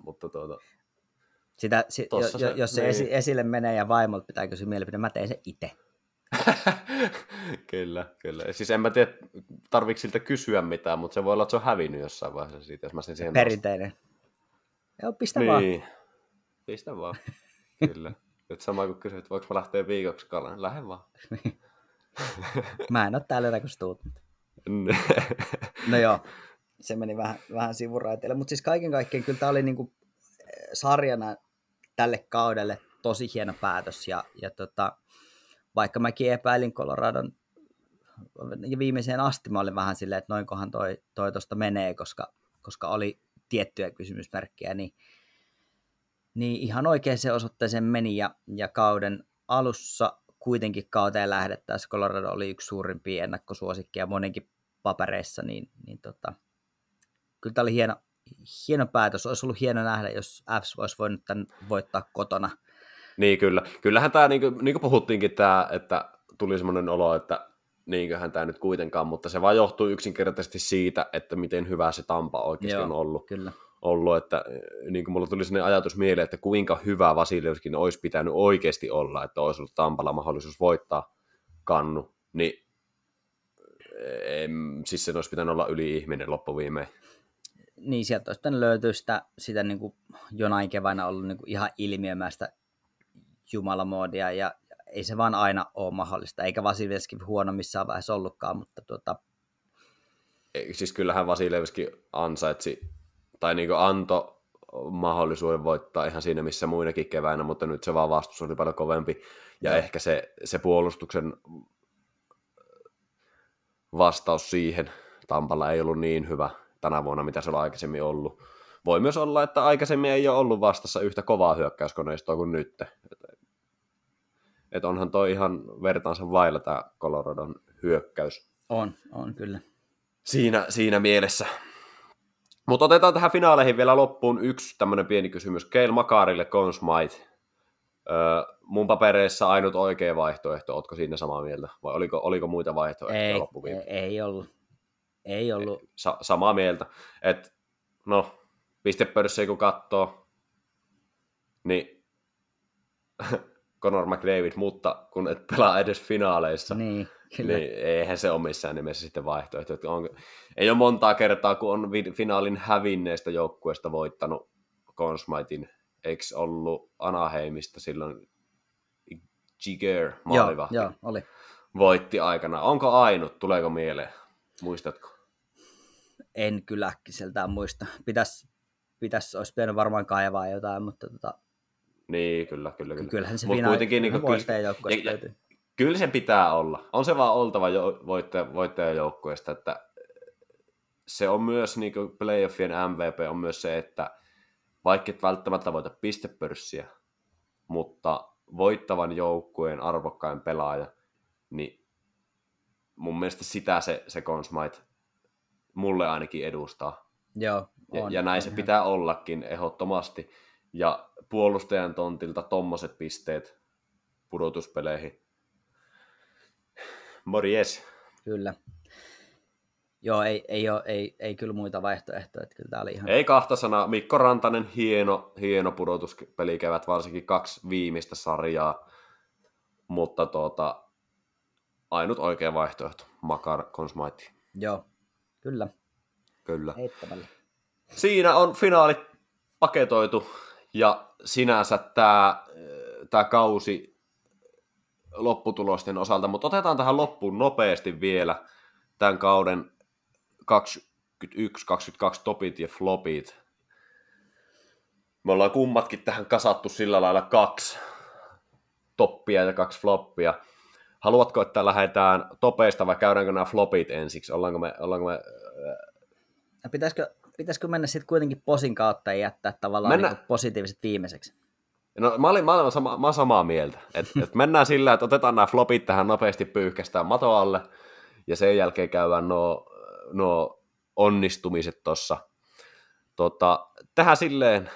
jos se niin. Esille menee ja vaimolta pitää kysyä mielipide, mä teen sen itse.
Kyllä. Siis en mä tiedä, tarviiko siltä kysyä mitään, mutta se voi olla, että se on hävinnyt jossain vaiheessa siitä, jos mä sen siihen
perinteinen. Joo, pistä vaan.
Pistä vaan, kyllä. Nyt sama kuin kysyt, että voiko mä lähteä viikoksi kalaan, lähde vaan.
Mä en ole täällä kun tuut. No joo, se meni vähän sivuraiteille, mutta siis kaiken kaikkiaan kyllä tämä oli niinku sarjana tälle kaudelle tosi hieno päätös, ja vaikka mäkin epäilin Coloradon viimeiseen asti, mä olin vähän silleen, että noinkohan toi tosta menee, koska oli tiettyjä kysymysmerkkejä, niin ihan oikeaan osoitteeseen meni, ja kauden alussa kuitenkin kauteen lähdettäessä Colorado oli yksi suurimpia ennakkosuosikkeja moninkin papereissa, niin kyllä tämä oli hieno päätös. Olisi ollut hieno nähdä, jos Avs olisi voinut tämän voittaa kotona.
Niin kyllä. Kyllähän tämä, niin kuin puhuttiinkin, että tuli semmoinen olo, että niinköhän tämä nyt kuitenkaan, mutta se vaan johtuu yksinkertaisesti siitä, että miten hyvä se Tampa oikeasti on ollut.
Kyllä.
ollut, että niin kuin mulla tuli sellainen ajatus mieleen, että kuinka hyvä Vasiljevskin olisi pitänyt oikeasti olla, että olisi ollut Tampalla mahdollisuus voittaa kannu, niin siis sen olisi pitänyt olla yli ihminen loppuviimein.
Niin, sieltä olisi pitänyt löytyä sitä niin kuin jonain keväänä ollut niin kuin ihan ilmiömäistä jumalamoodia, ja ei se vaan aina ole mahdollista, eikä Vasiljevski huono missään vaiheessa ollutkaan, mutta
Siis kyllähän Vasiljevski ansaitsi, tai niin kuin antoi mahdollisuuden voittaa ihan siinä missä muinakin keväinä, mutta nyt se vaan vastus oli paljon kovempi, ja ehkä se puolustuksen vastaus siihen Tampalla ei ollut niin hyvä tänä vuonna, mitä se on aikaisemmin ollut. Voi myös olla, että aikaisemmin ei ole ollut vastassa yhtä kovaa hyökkäyskoneistoa kuin nyt. Että onhan toi ihan vertaansa vailla tämä Coloradon hyökkäys.
On kyllä.
Siinä mielessä. Mutta otetaan tähän finaaleihin vielä loppuun yksi tämmöinen pieni kysymys. Cale Makarille Conn Smythe. Mun papereissa ainut oikea vaihtoehto, ootko siinä samaa mieltä? Vai oliko muita vaihtoehtoja loppuviime?
Ei ollut.
Samaa mieltä. Et, no, pistepörssiä kun katsoo, niin Conor McDavid, mutta kun et pelaa edes finaaleissa,
niin
eihän se ole missään nimessä sitten vaihtoehto. Ei ole montaa kertaa, kun on finaalin hävinneestä joukkueesta voittanut Conn Smythen. Eikö ollut Anaheimista silloin Jigger maalivahti?
Joo, oli.
Voitti aikana. Onko ainut? Tuleeko mieleen? Muistatko?
En kyllä äkkiseltään muista. Olisi pitänyt varmaan kaivaa jotain, mutta
Niin, kyllä.
Kyllähän se
niin
joukkueesta löytyy.
Kyllä se pitää olla. On se vaan oltava voittajajoukkueesta, että se on myös niin kuin playoffien MVP on myös se, että vaikka et välttämättä voita pistepörssiä, mutta voittavan joukkueen arvokkain pelaaja, niin mun mielestä sitä se Conn Smythe mulle ainakin edustaa.
Joo,
ja näin se pitää ollakin ehdottomasti. Ja puolustajan tontilta tommoset pisteet pudotuspeleihin. Morjes.
Kyllä. Joo, ei kyllä muita vaihtoehtoja. Että kyllä tää oli ihan...
Ei kahta sanaa. Mikko Rantanen, hieno pudotuspelikevät, varsinkin 2 viimeistä sarjaa. Mutta ainut oikea vaihtoehto, Makar Conn Smythe.
Joo, kyllä.
Heittämällä. Siinä on finaalit paketoitu, ja sinänsä tämä kausi lopputulosten osalta, mutta otetaan tähän loppuun nopeasti vielä tämän kauden 21-22 topit ja flopit. Me ollaan kummatkin tähän kasattu sillä lailla 2 toppia ja 2 floppia. Haluatko, että lähdetään topeista vai käydäänkö nämä flopit ensiksi? Ollaanko me...
Pitäisikö mennä sitten kuitenkin posin kautta ja jättää tavallaan niin positiiviset viimeiseksi?
No mä olen samaa mieltä. Et mennään sillä, että otetaan nämä flopit tähän nopeasti pyyhkästään mato alle ja sen jälkeen käydään nuo onnistumiset tuossa. Tähän silleen,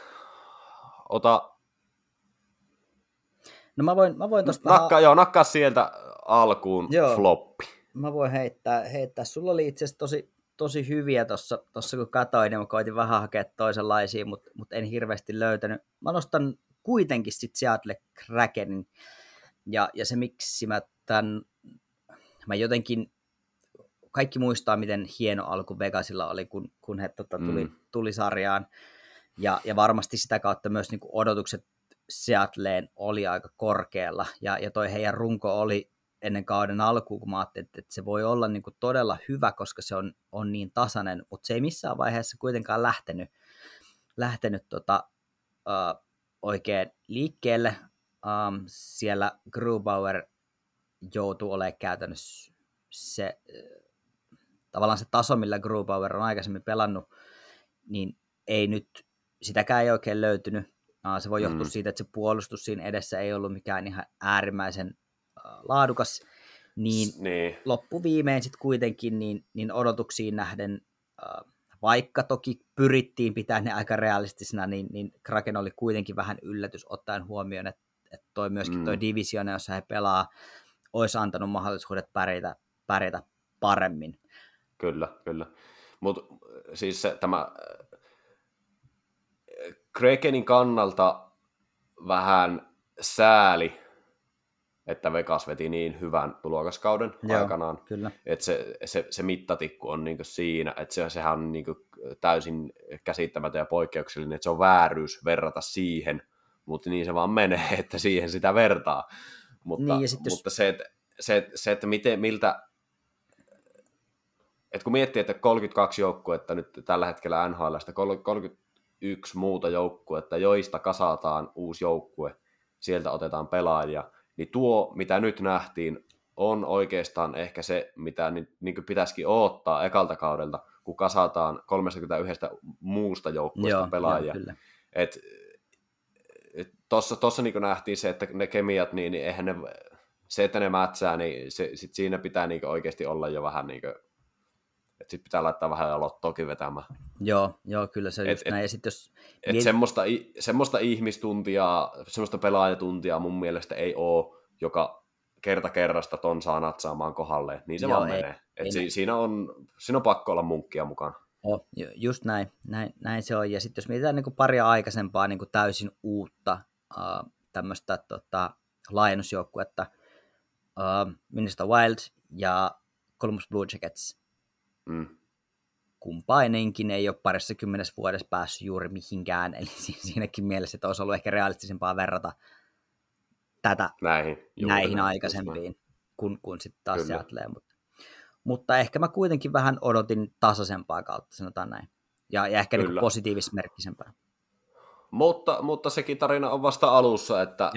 No mä voin tosta...
Nakkaa sieltä alkuun floppi.
Mä voin heittää. Sulla oli itse asiassa tosi hyviä tuossa kun katsoin, niin mä koitin vähän hakea toisenlaisia, mutta en hirveästi löytänyt. Mä nostan kuitenkin sitten Seattle Krakenin, ja se miksi mä jotenkin, kaikki muistaa, miten hieno alku Vegasilla oli, kun he tuli sarjaan, ja varmasti sitä kautta myös niin kuin odotukset Seattleen oli aika korkealla, ja toi heidän runko oli ennen kauden alkuun, kun mä ajattelin, että se voi olla niin kuin todella hyvä, koska se on niin tasainen, mutta se ei missään vaiheessa kuitenkaan lähtenyt oikein liikkeelle. Siellä Grubauer joutuu olemaan käytännössä tavallaan se taso, millä Grubauer on aikaisemmin pelannut, niin ei nyt, sitäkään ei oikein löytynyt. Se voi johtua siitä, että se puolustus siinä edessä ei ollut mikään ihan äärimmäisen laadukas, niin loppuviimein sitten kuitenkin niin odotuksiin nähden, vaikka toki pyrittiin pitää ne aika realistisena, niin Kraken oli kuitenkin vähän yllätys ottaen huomioon, että toi myöskin toi divisiona, jossa he pelaa, olisi antanut mahdollisuudet pärjätä paremmin.
Kyllä. Mutta siis tämä Krakenin kannalta vähän sääli, että Vegas veti niin hyvän tulokaskauden aikanaan,
kyllä.
että se mittatikku on niinku siinä, että sehän on niinku täysin käsittämätön ja poikkeuksellinen, että se on vääryys verrata siihen, mutta niin se vaan menee, että siihen sitä vertaa. Mutta,
niin,
mutta se, että miltä, että kun miettii, että 32 joukkuetta nyt tällä hetkellä NHL:stä, 31 muuta joukkuetta, joista kasataan uusi joukkue, sieltä otetaan pelaajia, niin tuo, mitä nyt nähtiin, on oikeastaan ehkä se, mitä niin pitäisikin odottaa ekalta kaudelta, kun kasataan 31 muusta joukkueesta pelaajia. Tuossa niin nähtiin se, että ne kemiat, niin eihän ne, se, että ne mätsää, niin sit siinä pitää niin oikeasti olla jo vähän niin kuin, että sitten pitää laittaa vähän lottoakin vetämään.
Joo, kyllä se on just näin. Ja sit jos
semmoista ihmistuntia, semmoista pelaajatuntia mun mielestä ei ole, joka kerta kerrasta ton saa natsaamaan kohdalle, niin se vaan menee. Siinä on pakko olla munkkia mukaan.
Just näin se on. Ja sitten jos mietitään niin kuin paria aikaisempaa niin kuin täysin uutta tämmöistä laajennusjoukkuetta, Minnesota Wild ja Columbus Blue Jackets, kumpainenkin ei ole 20 vuodessa päässyt juuri mihinkään, eli siinäkin mielessä, että olisi ollut ehkä realistisempaa verrata tätä näihin aikaisempiin, kun sitten taas se ajattelee. Mutta ehkä mä kuitenkin vähän odotin tasaisempaa kautta, sanotaan näin. Ja ehkä niin positiivismerkkisempää.
Mutta sekin tarina on vasta alussa, että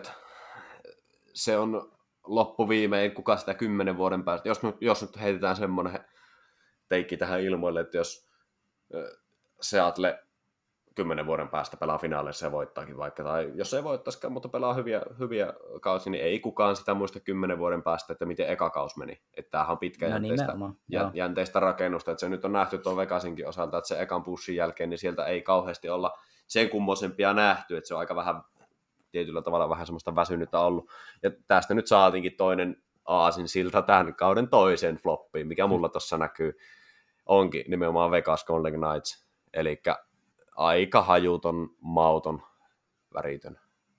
se on loppuviimein, kuka sitä 10 vuoden päästä. Jos nyt heitetään semmoinen teikki tähän ilmoille, että jos Seattle 10 vuoden päästä pelaa finaaleissa ja voittaakin vaikka, tai jos ei voittaisikaan, mutta pelaa hyviä kausia, niin ei kukaan sitä muista 10 vuoden päästä, että miten eka kaus meni. Että tämähän on pitkäjänteistä rakennusta, että se nyt on nähty tuon Vegasinkin osalta, että se ekan pushin jälkeen, niin sieltä ei kauheasti olla sen kummoisempia nähty, että se on aika vähän, tietyllä tavalla vähän semmoista väsynyttä ollut. Ja tästä nyt saatiinkin toinen aasinsilta tämän kauden toiseen floppiin, mikä mulla tuossa näkyy, onkin nimenomaan Vegas Golden Knights, eli aika hajuton, mauton, väritön.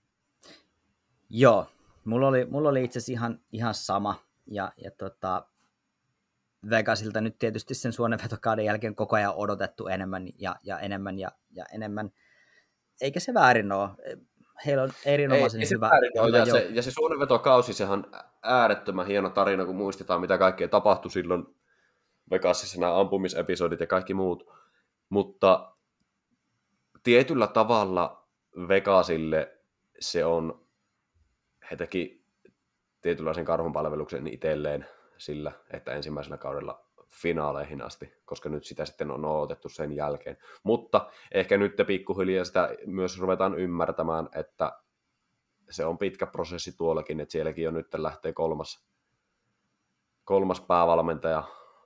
Joo, mulla oli itse asiassa ihan sama, ja Vegasilta nyt tietysti sen suonenvetokauden jälkeen koko ajan odotettu enemmän ja enemmän, eikä se väärin ole. Heillä on erinomaisen hyvä
ja se suonenvetokausi, sehän on äärettömän hieno tarina, kun muistetaan, mitä kaikkea tapahtui silloin Vegasissa, nämä ampumisepisodit ja kaikki muut, mutta tietyllä tavalla Vegasille se on, he teki tietynlaisen karhunpalveluksen itselleen sillä, että ensimmäisellä kaudella finaaleihin asti, koska nyt sitä sitten on odotettu sen jälkeen. Mutta ehkä nyt pikkuhiljaa sitä myös ruvetaan ymmärtämään, että se on pitkä prosessi tuollakin, että sielläkin jo nyt lähtee kolmas päävalmentaja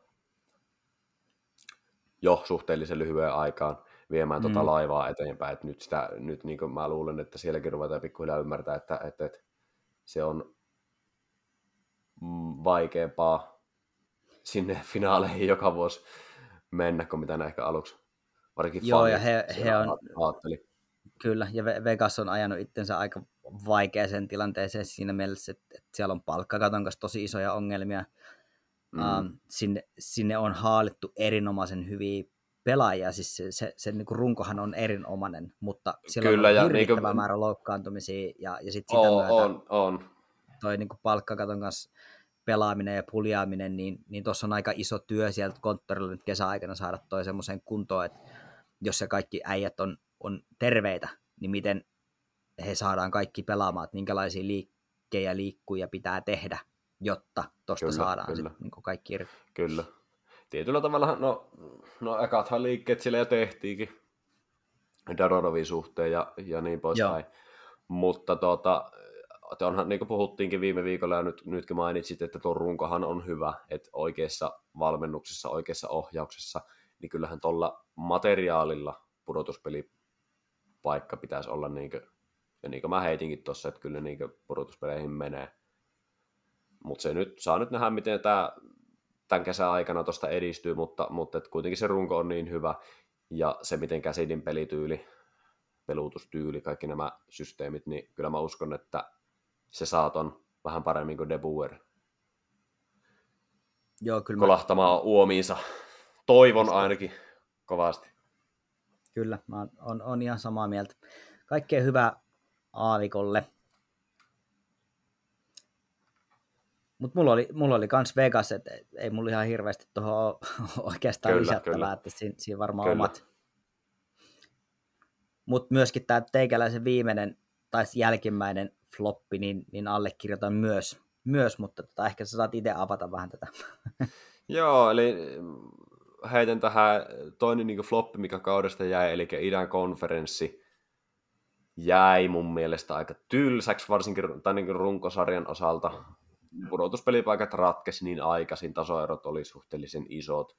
jo suhteellisen lyhyen aikaan viemään tuota laivaa eteenpäin. Että nyt niin kuin mä luulen, että sielläkin ruvetaan pikkuhiljaa ymmärtää, että se on vaikeampaa sinne finaaleihin joka vuosi mennä, kuin mitä ne ehkä aluksi varsinkin
joo, ja he on,
ajatteli.
Kyllä, ja Vegas on ajanut itsensä aika vaikeaseen tilanteeseen siinä mielessä, että siellä on palkkakaton kanssa tosi isoja ongelmia. Sinne on haalittu erinomaisen hyviä pelaajia, siis se niin kuin runkohan on erinomainen, mutta siellä kyllä, on hirvittävä määrä loukkaantumisia, ja sitten sitä myötä toi niin kuin palkkakaton kanssa pelaaminen ja puljaaminen, niin tuossa on aika iso työ sieltä konttorilla nyt kesäaikana saada toi semmoiseen kuntoon, että jos se kaikki äijät on terveitä, niin miten he saadaan kaikki pelaamaan, että minkälaisia liikkuja pitää tehdä, jotta tuosta saadaan sitten niin kaikki irti.
Kyllä. Tietyllä tavalla, no ekathan liikkeet sillä jo tehtiinkin Daronovin suhteen ja niin poispäin. Mutta onhan, niin kuin puhuttiinkin viime viikolla ja nytkin mainitsit, että tuo runkohan on hyvä, että oikeassa valmennuksessa, oikeassa ohjauksessa, niin kyllähän tuolla materiaalilla pudotuspelipaikka pitäisi olla, ja niin kuin mä heitinkin tuossa, että kyllä niin pudotuspeleihin menee. Mutta se nyt saa nyt nähdä, miten tämän kesän aikana tuosta edistyy, mutta kuitenkin se runko on niin hyvä, ja se miten Casidyn pelityyli pelutustyyli, kaikki nämä systeemit, niin kyllä mä uskon, että se saa ton vähän paremmin kuin De Boer
Joo, kyllä
kolahtamaan uomiinsa. Toivon ainakin kovasti.
Kyllä, mä on ihan samaa mieltä. Kaikkea hyvää Aavikolle. Mutta mulla oli kans Vegas, että ei mulla ihan hirveästi tuohon oikeastaan
kyllä,
lisättävää,
kyllä.
että siinä varmaan omat. Mutta myöskin tämä teikäläisen viimeinen tai jälkimmäinen floppi, niin allekirjoitan myös mutta ehkä sä saat itse avata vähän tätä.
Joo, eli heitän tähän toinen niin floppi, mikä kaudesta jäi, eli idän konferenssi jäi mun mielestä aika tylsäksi, varsinkin tai niin runkosarjan osalta. Pudotuspelipaikat ratkesi niin aikaisin, tasoerot oli suhteellisen isot.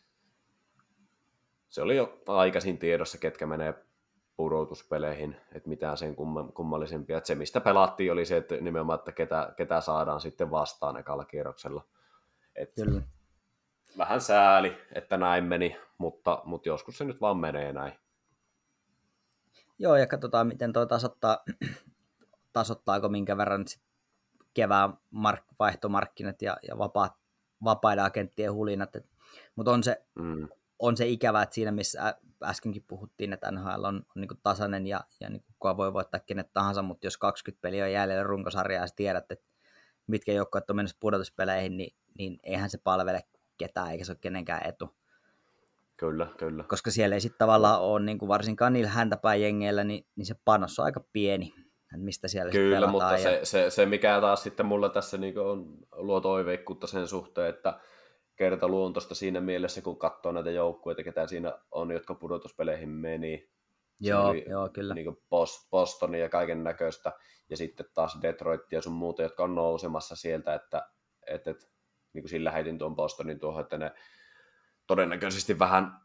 Se oli jo aikaisin tiedossa, ketkä menee pudotuspeleihin, että mitään sen kummallisempia. Että se, mistä pelattiin, oli se, että nimenomaan, että ketä saadaan sitten vastaan ekalla kierroksella.
Kyllä.
Vähän sääli, että näin meni, mutta joskus se nyt vaan menee näin.
Joo, ja katsotaan, miten toi tasoittaako minkä verran sit kevään vaihtomarkkinat ja vapaiden agenttien hulinat. Mutta on se ikävä, että siinä missä äskenkin puhuttiin, että NHL on niin kuin tasainen ja niin kuka voi voittaa kenet tahansa, mutta jos 20 peliä on jäljellä runkosarjaa ja tiedät, että mitkä joukkueet on menossa pudotuspeleihin, niin eihän se palvele ketään eikä se ole kenenkään etu.
Kyllä.
Koska siellä ei sitten tavallaan ole, niin kuin varsinkaan niillä häntäpäjengeillä, niin se panos on aika pieni, että mistä siellä
kyllä, mutta se mikä taas sitten mulla tässä niin on luo toiveikkuutta sen suhteen, että kertaluontoista siinä mielessä, kun katsoo näitä joukkueita, ketä siinä on, jotka pudotuspeleihin meni.
Joo, kyllä.
Niin Bostonia ja kaiken näköistä, ja sitten taas Detroit ja sun muuta, jotka on nousemassa sieltä, että niin kuin sillä heitin tuon Bostonin tuohon, että ne todennäköisesti vähän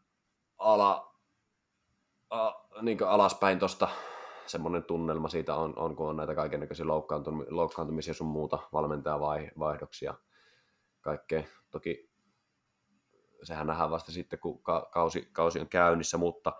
niin kuin alaspäin tuosta semmoinen tunnelma siitä on, kun on näitä kaikennäköisiä loukkaantumisia sun muuta, valmentajavaihdoksia, kaikkea. Toki sehän nähdään vasta sitten, kun kausi on käynnissä, mutta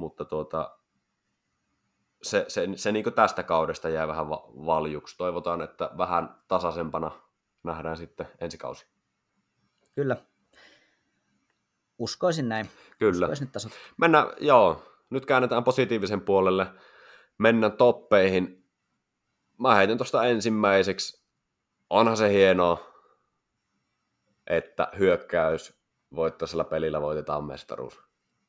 se niin kuin tästä kaudesta jää vähän valjuksi. Toivotaan, että vähän tasaisempana nähdään sitten ensi kausi.
Kyllä. Uskoisin näin.
Kyllä. Nyt käännetään positiivisen puolelle. Mennään toppeihin. Mä heitän tuosta ensimmäiseksi. Onhan se hienoa, että hyökkäysvoittoisella pelillä voitetaan mestaruus.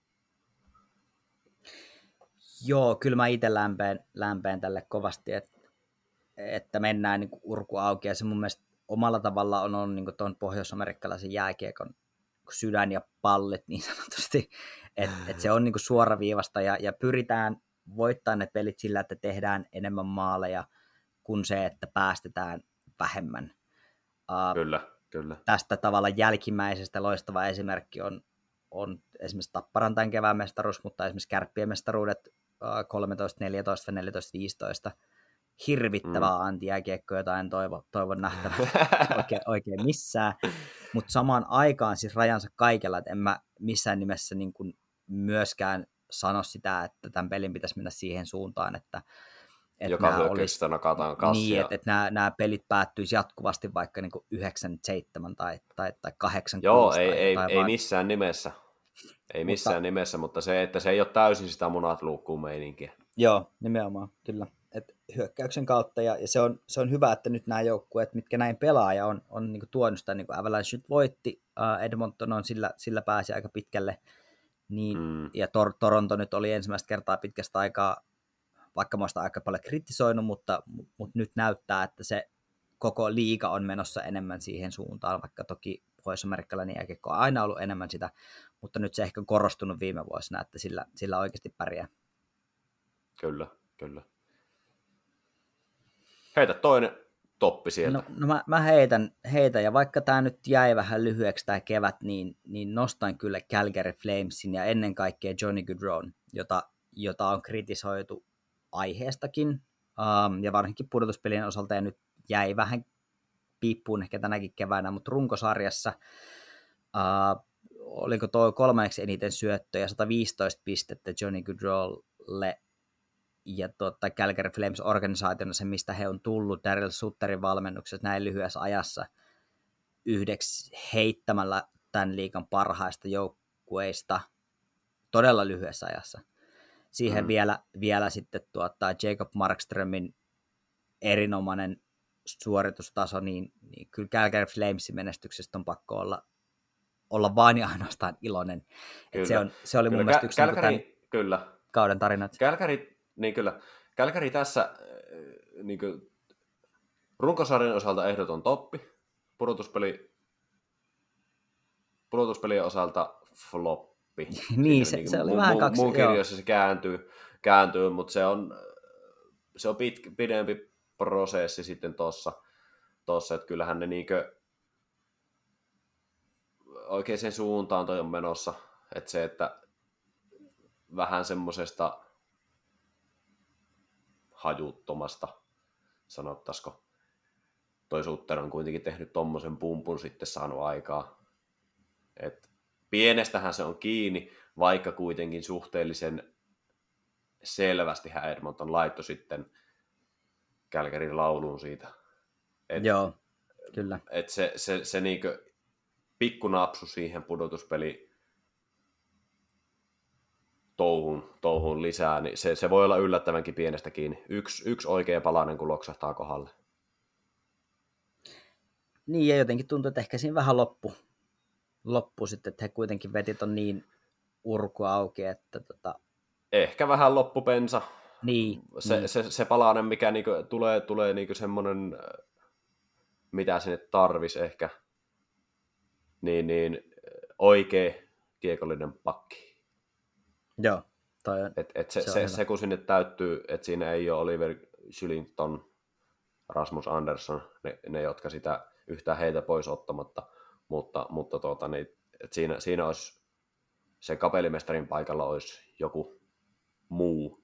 Joo,
kyllä mä itse lämpeen tälle kovasti, että mennään niin kuin urku auki, ja se mun mielestä omalla tavalla on niin kuin tuon pohjois-amerikkalaisen jääkiekon sydän ja pallit niin sanotusti, että se on niin kuin suoraviivasta, ja pyritään voittamaan ne pelit sillä, että tehdään enemmän maaleja kuin se, että päästetään vähemmän.
Kyllä.
Tästä tavalla jälkimmäisestä loistava esimerkki on esimerkiksi Tapparan tämän kevään mestaruus, mutta esimerkiksi Kärppien mestaruudet 13, 14, 14, 15. Hirvittävää antijääkiekkoa, jota en toivon nähtävän oikein missään. Mutta samaan aikaan siis rajansa kaikella, että en mä missään nimessä niin kuin myöskään sano sitä, että tämän pelin pitäisi mennä siihen suuntaan, että
joka hyökkäyksistä nakataan kassia.
Niin, että nämä pelit päättyisi jatkuvasti vaikka niin kuin 9-7 tai 8-6.
Joo, ei missään nimessä. Ei missään nimessä, mutta se, että se ei ole täysin sitä munat luukkuun meininkiä.
Joo, nimenomaan, kyllä. Et hyökkäyksen kautta, ja se on hyvä, että nyt nämä joukkueet, mitkä näin pelaa, ja on niin kuin tuonut sitä, niin kuin Avalanche nyt voitti, Edmonton on sillä pääsi aika pitkälle, niin, ja Toronto nyt oli ensimmäistä kertaa pitkästä aikaa, vaikka mä sitä aika paljon kritisoinut, mutta nyt näyttää, että se koko liiga on menossa enemmän siihen suuntaan, vaikka toki pohjois-amerikkalainen jääkiekko on aina ollut enemmän sitä, mutta nyt se ehkä on korostunut viime vuosina, että sillä oikeasti pärjää.
Kyllä. Heitä toinen toppi sieltä.
No mä heitän, ja vaikka tämä nyt jäi vähän lyhyeksi tämä kevät, niin nostan kyllä Calgary Flamesin ja ennen kaikkea Johnny Gaudreaun, jota on kritisoitu aiheestakin, ja varsinkin pudotuspelien osalta, ja nyt jäi vähän piippuun ehkä tänäkin keväänä, mutta runkosarjassa oliko tuo kolmanneksi eniten syöttöjä, 115 pistettä Johnny Gaudreaulle, Calgary Flames-organisaationa se, mistä he on tullut Daryl Sutterin valmennuksessa näin lyhyessä ajassa yhdeksi heittämällä tämän liigan parhaista joukkueista todella lyhyessä ajassa. Siihen vielä sitten Jacob Markströmin erinomainen suoritustaso, niin kyllä Calgary Flamesin menestyksestä on pakko olla vain ja ainoastaan iloinen. Se oli mun mielestä yksi tämän kauden tarinat.
Calgary tässä niin kuin, runkosarjan osalta ehdoton toppi, pudotuspelien osalta floppi.
Niin, se oli vähän kaksi.
Mun kirjoissa se kääntyy, mutta se on pidempi prosessi sitten tossa, että kyllähän ne niinkö oikeaan suuntaan toi on menossa, että se, että vähän semmosesta hajuttomasta, sanottaisiko, toi Sutter on kuitenkin tehnyt tommosen pumpun sitten saanut aikaa, että pienestähän se on kiinni, vaikka kuitenkin suhteellisen selvästi Edmonton laittoi sitten Calgaryn lauluun siitä.
Joo, kyllä.
Että se niinkö pikkunapsu siihen pudotuspeli touhuun lisää, niin se voi olla yllättävänkin pienestä kiinni. Yksi oikea palanen, kun loksahtaa kohdalle.
Niin, ja jotenkin tuntuu, että ehkä siinä vähän loppu sitten, että he kuitenkin veti ton niin urku auki, että
Ehkä vähän loppupensa.
Niin.
Se palanen, mikä niinku tulee niinku semmoinen, mitä sinne tarvisi ehkä, niin oikea kiekollinen pakki.
Joo, toi on.
Se kun sinne täyttyy, että siinä ei ole Oliver Kylington, Rasmus Andersson, ne jotka sitä yhtään heitä pois ottamatta, mutta niin, että siinä olisi sen kapellimestarin paikalla olisi joku muu.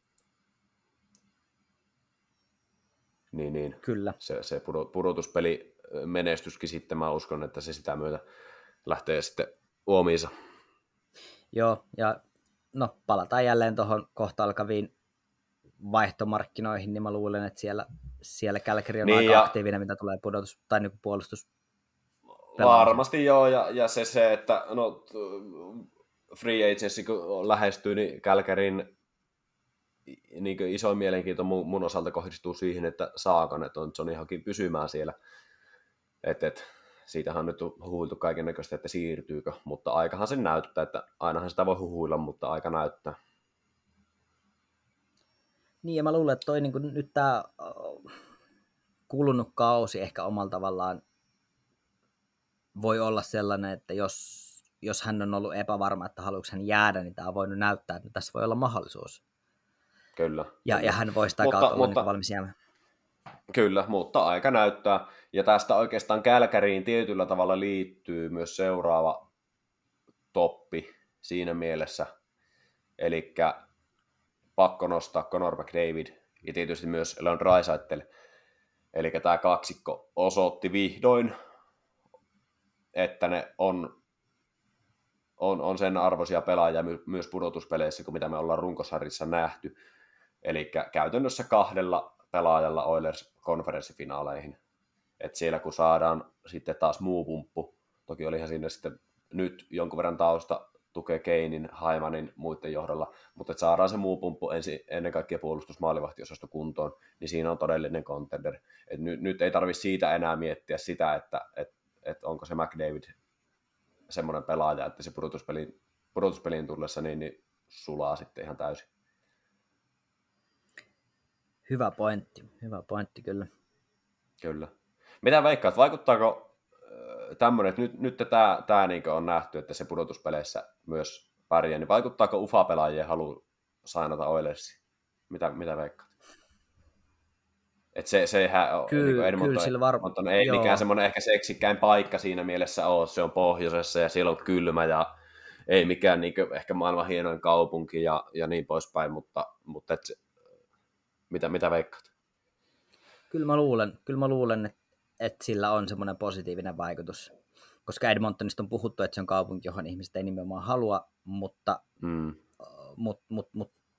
Niin.
Kyllä.
Se pudotuspeli menestyskin sitten, mä uskon, että se sitä myötä lähtee sitten uomiinsa.
Joo, ja no palataan jälleen tuohon kohta alkaviin vaihtomarkkinoihin, niin mä luulen, että siellä Calgary on niin, aika aktiivinen, mitä tulee tai niin puolustus.
Varmasti joo, ja se, että no, free agency kun lähestyy, niin Calgaryn niin isoin mielenkiinto mun osalta kohdistuu siihen, että saako ne ton Johnny Hawkin pysymään siellä. Siitähän on nyt huhuiltu kaikennäköistä, että siirtyykö, mutta aikahan sen näyttää, että ainahan sitä voi huhuilla, mutta aika näyttää.
Niin, ja mä luulen, että toi, niin kuin, nyt tämä kulunut kausi ehkä omalla tavallaan voi olla sellainen, että jos hän on ollut epävarma, että haluatko hän jäädä, niin tämä on voinut näyttää, että tässä voi olla mahdollisuus.
Kyllä.
Ja hän voi sitä kautta olla niin valmis jäämään.
Kyllä, mutta aika näyttää. Ja tästä oikeastaan Calgaryyn tietyllä tavalla liittyy myös seuraava toppi siinä mielessä. Eli pakko nostaa Connor McDavid ja tietysti myös Leon Draisaitl. Eli tämä kaksikko osoitti vihdoin, että ne on sen arvoisia pelaajia myös pudotuspeleissä, kuin mitä me ollaan runkosarjassa nähty. Eli käytännössä 2 pelaajalla Oilers konferenssifinaaleihin. Et siellä kun saadaan sitten taas muu pumppu, toki olihan siinä sitten nyt jonkun verran tausta tukee Keinin, Haimanin, muiden johdolla, mutta että saadaan se muu pumppu ennen kaikkea puolustusmaalivahtiosasto kuntoon, niin siinä on todellinen contender. Et nyt ei tarvitse siitä enää miettiä sitä, että onko se McDavid semmoinen pelaaja, että se pudotuspeliin tullessa niin sulaa sitten ihan täysin.
Hyvä pointti kyllä.
Kyllä. Mitä veikkaat, vaikuttaako tämmöinen, että nyt tämä niin on nähty, että se pudotuspeleissä myös pärjää, niin vaikuttaako UFA-pelaajien halu sainata Oilersiin? Mitä veikkaat? Että sehän on,
kyllä,
niin Edmonton ei mikään semmoinen ehkä seksikkäin paikka siinä mielessä ole, se on pohjoisessa ja siellä on kylmä ja ei mikään niin ehkä maailman hienoin kaupunki ja niin poispäin, mutta mitä veikkaat?
Kyllä mä luulen, että sillä on semmoinen positiivinen vaikutus, koska Edmontonista on puhuttu, että se on kaupunki, johon ihmiset ei nimenomaan halua, mutta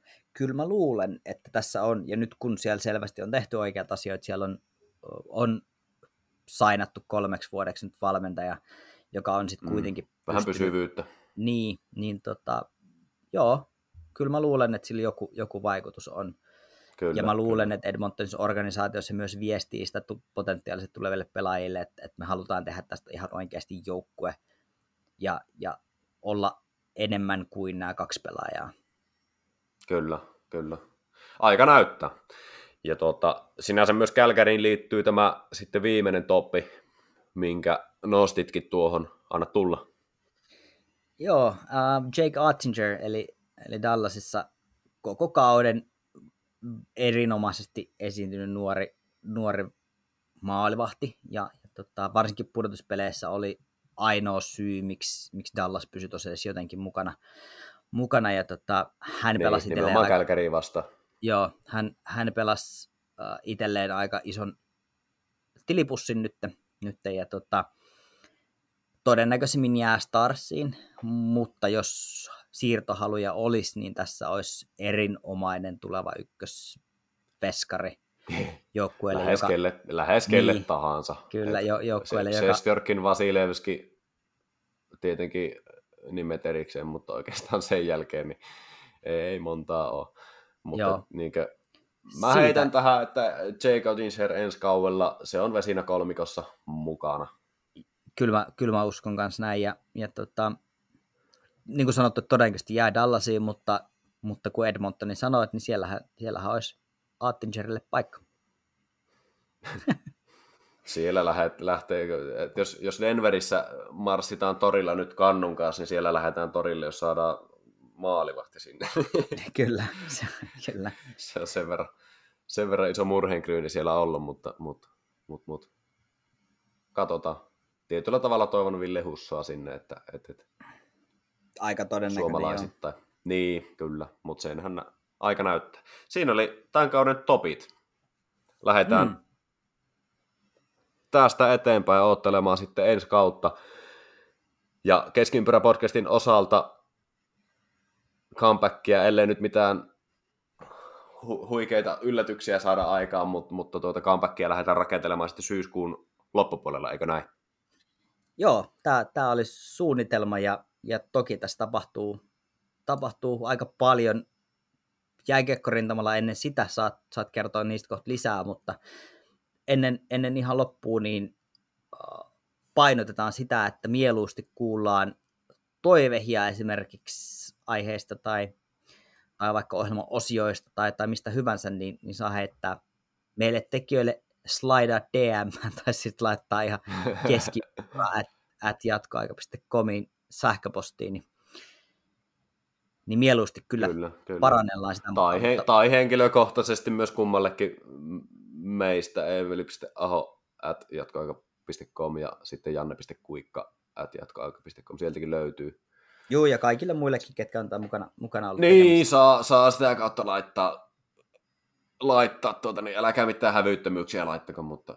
Kyllä mä luulen, että tässä on, ja nyt kun siellä selvästi on tehty oikeat asioita, siellä on sainattu 3 vuodeksi nyt valmentaja, joka on sitten kuitenkin
vähän
pystynyt,
pysyvyyttä.
Niin joo, kyllä mä luulen, että sillä joku vaikutus on. Kyllä, ja mä luulen, että Edmontonissa organisaatiossa myös viestii sitä potentiaalisesti tuleville pelaajille, että me halutaan tehdä tästä ihan oikeasti joukkue ja olla enemmän kuin nämä 2 pelaajaa.
Kyllä. Aika näyttää. Ja sinänsä myös Calgaryin liittyy tämä sitten viimeinen toppi, minkä nostitkin tuohon. Anna tulla.
Joo, Jake Oettinger, eli Dallasissa koko kauden erinomaisesti esiintynyt nuori maalivahti, ja varsinkin pudotuspeleissä oli ainoa syy, miksi Dallas pysyi tosiaan jotenkin mukana ja hän pelasi
itselleen Calgaryin vastaan.
Joo, hän pelasi itselleen aika ison tilipussin nyt ja todennäköisemmin jää Starsiin, mutta jos siirtohaluja olisi, niin tässä olisi erinomainen tuleva ykkösveskari joukkueelle.
Lähes kelle tahansa.
Kyllä, joukkueelle.
Shesterkin, Vasilevski, tietenkin nimet erikseen, mutta oikeastaan sen jälkeen niin ei montaa ole. Mutta mä heitän tähän, että Jake Oettinger ensi kaudella, se on siinä kolmikossa mukana.
Kyllä mä uskon kanssa näin, ja niin kuin sanottu, todennäköisesti jää Dallasiin, mutta kun Edmontonin sanoit, niin siellähän olisi Oettingerille paikka.
Siellä lähtee, jos Denverissä marssitaan torilla nyt Kannun kanssa, niin siellä lähdetään torille, jos saadaan maalivahti sinne.
Kyllä.
Se on sen verran iso murheenkryyni siellä ollut, mutta katsotaan. Tietyllä tavalla toivon Ville Hussoa sinne, että
aika todennäköinen
suomalaisittain. Niin, kyllä, mutta senhän aika näyttää. Siinä oli tämän kauden topit. Lähdetään tästä eteenpäin odottelemaan sitten ensi kautta. Ja Keskiympyrä podcastin osalta comebackia, ellei nyt mitään huikeita yllätyksiä saada aikaan, mutta comebackia lähdetään rakentelemaan sitten syyskuun loppupuolella, eikö näin?
Joo, tämä olisi suunnitelma ja toki tässä tapahtuu aika paljon jääkiekkorintamalla ennen sitä, saat kertoa niistä kohta lisää, mutta ennen ihan loppuun niin painotetaan sitä, että mieluusti kuullaan toivehia esimerkiksi aiheesta tai vaikka ohjelman osioista tai mistä hyvänsä, niin saa heittää meille tekijöille slaidaa DM tai sitten laittaa ihan keski@jatkoaika.comin sähköpostiin, niin mieluusti kyllä. Parannellaan sitä.
Tai henkilökohtaisesti myös kummallekin meistä, eveli.aho@jatkoaika.com ja sitten janne.kuikka@jatkoaika.com, sieltäkin löytyy.
Joo, ja kaikille muillekin, ketkä on mukana ollut.
Niin, saa sitä kautta laittaa älkää mitään hävyttömyyksiä laittako, mutta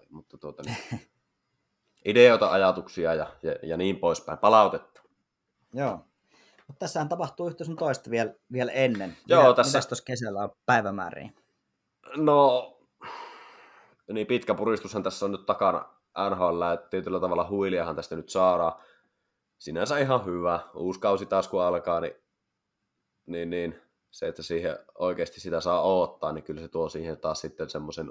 ideoita, ajatuksia ja niin poispäin, palautetta.
Joo, mutta tässähän tapahtuu yhtä sun toista vielä ennen.
Joo,
tässä. Mitäs tuossa kesällä on päivämääriä?
No, niin pitkä puristushan tässä on nyt takana NHL, että tietyllä tavalla huiliahan tästä nyt saadaan. Sinänsä ihan hyvä. Uusi kausi taas kun alkaa, niin se, että siihen oikeasti sitä saa odottaa, niin kyllä se tuo siihen taas sitten semmoisen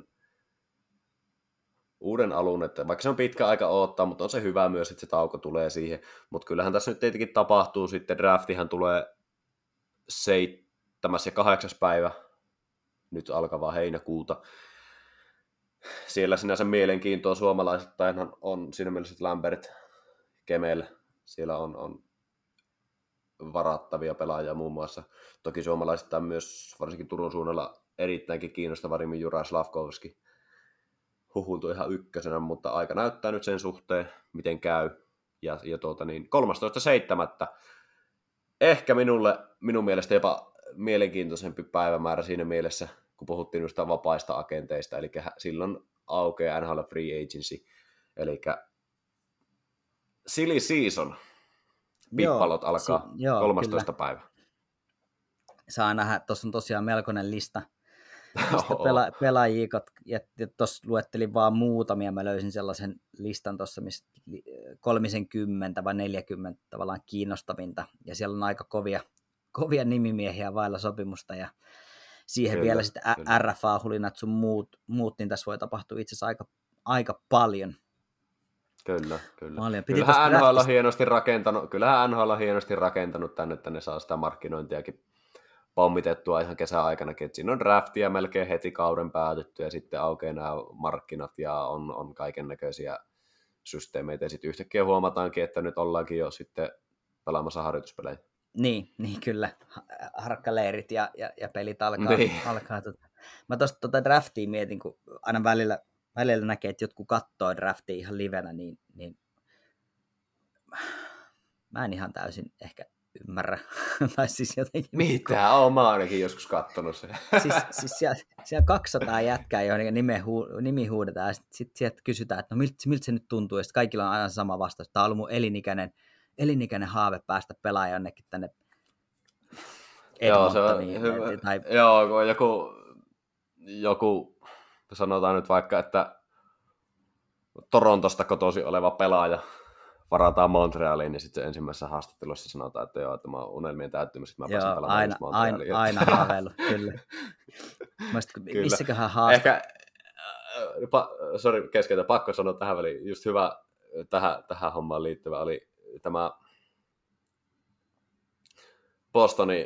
uuden alun, että vaikka se on pitkä aika odottaa, mutta on se hyvä myös, että se tauko tulee siihen. Mutta kyllähän tässä nyt tietenkin tapahtuu sitten, draftihan tulee 7. ja 8. päivä, nyt alkavaa heinäkuuta. Siellä sinänsä mielenkiintoa suomalaisittainhan on siinä mielessä, että Lambert, Kemel, siellä on varattavia pelaajia muun muassa. Toki suomalaisittain myös varsinkin Turun suunnalla erittäinkin kiinnostava Rimi Juraj Slavkovski huhuntui ihan ykkösenä, mutta aika näyttää nyt sen suhteen, miten käy. Ja 13.7. Ehkä minun mielestä jopa mielenkiintoisempi päivämäärä siinä mielessä, kun puhuttiin noista vapaista agenteista, eli silloin aukeaa NHL Free Agency, eli silly season. Pippalot alkaa 13. päivä.
saa nähdä, tuossa on tosiaan melkoinen lista pelaajia, ja tuossa luettelin vaan muutamia, mä löysin sellaisen listan tuossa, missä 30 vai 40 tavallaan kiinnostavinta, ja siellä on aika kovia nimimiehiä vailla sopimusta, ja siihen kyllä, vielä sitten RFA-hulinat sun muut, niin tässä voi tapahtua itse asiassa aika paljon.
Kyllä.
Paljon.
Kyllähän NHL on hienosti rakentanut tänne, että ne saa sitä markkinointiakin pommitettua ihan kesäaikanakin, että siinä on draftia melkein heti kauden päätytty ja sitten aukeaa nämä markkinat ja on kaiken näköisiä systeemeitä ja sitten yhtäkkiä huomataankin, että nyt ollaankin jo sitten pelaamassa harjoituspelejä.
Niin kyllä, harkkaleirit ja pelit alkaa. Mä tuosta draftia mietin, kun aina välillä näkee, että jotkut katsoo draftia ihan livenä, niin mä en ihan täysin ehkä ymmärrä. Tai siis jotenkin...
Mitä? Mä oon ainakin joskus kattonut sen.
siis siellä 200 jätkää, joiden nimi huudetaan, ja sitten sieltä kysytään, että no miltä se nyt tuntuu, ja sitten kaikilla on aina sama vastaus. Tämä on ollut mun elinikäinen haave päästä pelaamaan jonnekin tänne Edmontoniin.
Joo, joku, sanotaan nyt vaikka, että Torontosta kotoisin oleva pelaaja varataan Montrealiin, niin sitten ensimmäisessä haastattelussa sanotaan, että joo, että mä oon unelmien täyttymässä, että mä pääsen pelaamaan Montrealiin.
Aina haaveillut, kyllä. Missäköhän haastaa?
Keskeltä pakko sanoa tähän väliin, just hyvä tähän hommaan liittyvä oli tämä Bostonin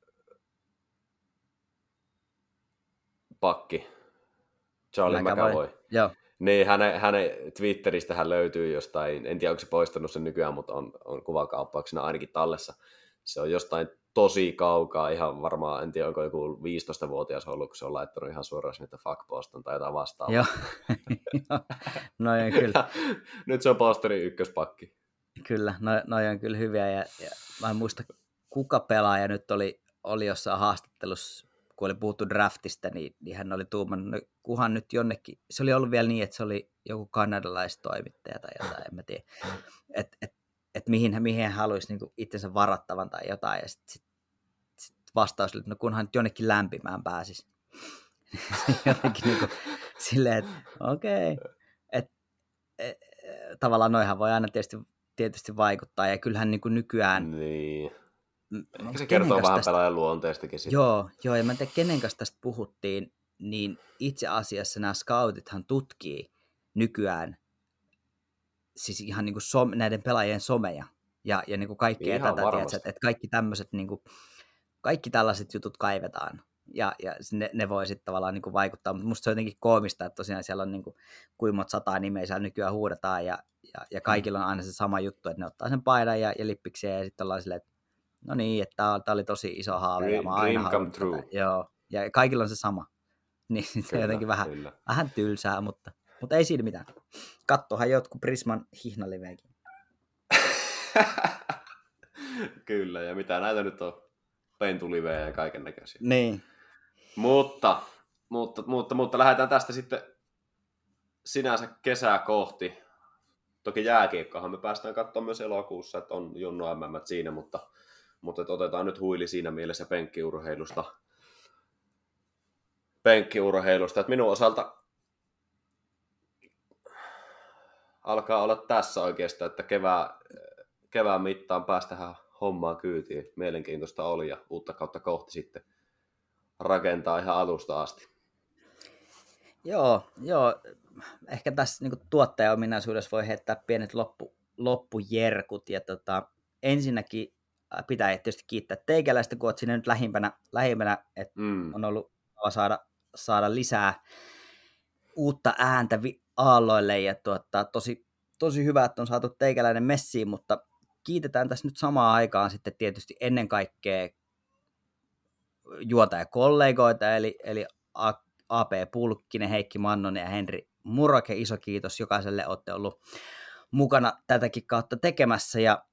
pakki, Charlie McAvoy.
Joo.
Niin, hänen Twitteristähän löytyy jostain, en tiedä onko se poistanut sen nykyään, mutta on kuvakauppauksena ainakin tallessa. Se on jostain tosi kaukaa, ihan varmaan, en tiedä onko joku 15-vuotias ollut, kun se on laittanut ihan suoraan sinne fuck Boston tai jotain vastaavaa.
Joo, no kyllä.
Nyt se on Bostonin ykköspakki.
Kyllä, noi on kyllä hyviä, ja mä en muista kuka pelaaja nyt oli jossain haastattelussa, kun oli puhuttu draftista, niin hän oli tuumannut, kuhan nyt jonnekin, se oli ollut vielä niin, että se oli joku kanadalaistoimittaja tai jotain, en mä tiedä, että mihin hän haluaisi niinku itsensä varattavan tai jotain, ja sit vastaus oli, että no kunhan nyt jonnekin lämpimään pääsisi. Jotenkin niinku silleen, että okei. Tavallaan noihan voi aina tietysti vaikuttaa, ja kyllähän niinku nykyään...
Niin. Ehkä se kertoo vähän pelaajan luonteestakin.
Joo, ja mä en tiedä, kenen kanssa tästä puhuttiin, niin itse asiassa nämä scoutithan tutkii nykyään siis ihan niin kuin näiden pelaajien someja ja niin kuin kaikkea tätä, tiedätkö, että kaikki tämmöiset, niin kuin, kaikki tällaiset jutut kaivetaan ja ne voi sitten tavallaan niin kuin vaikuttaa, mutta musta se on jotenkin koomista, että tosiaan siellä on niin kuin, kuinka monta 100 nimeä siellä nykyään huudetaan ja kaikilla on aina se sama juttu, että ne ottaa sen paidan ja lippikseen ja sitten ollaan silleen, että no niin, että tämä oli tosi iso haave.
Dream come true.
Joo, ja kaikilla on se sama. Niin kyllä, se on jotenkin vähän tylsää, mutta ei siinä mitään. Kattohan jotkut Prisman hihnaliveikin.
Kyllä, ja mitä näitä nyt on? Pentulivejä ja kaiken näköisiä.
Niin.
Mutta lähdetään tästä sitten sinänsä kesää kohti. Toki jääkiekkohan me päästään katsomaan myös elokuussa, että on Junno MM siinä, mutta otetaan nyt huili siinä mielessä penkkiurheilusta. Että minun osalta alkaa olla tässä oikeastaan, että kevään mittaan päästään hommaan kyytiin. Mielenkiintoista oli ja uutta kautta kohti sitten rakentaa ihan alusta asti.
Joo. Ehkä tässä niin tuottaja-ominaisuudessa voi heittää pienet loppujerkut. Ja ensinnäkin pitää tietysti kiittää teikäläistä, kun olet sinne nyt lähimpänä että on ollut saada lisää uutta ääntä aalloille. Ja tosi hyvä, että on saatu teikäläinen messiin, mutta kiitetään tässä nyt samaan aikaan sitten tietysti ennen kaikkea juontajakollegoita, eli AP Pulkkinen, Heikki Mannonen ja Henri Murake, iso kiitos jokaiselle, olette ollut mukana tätäkin kautta tekemässä ja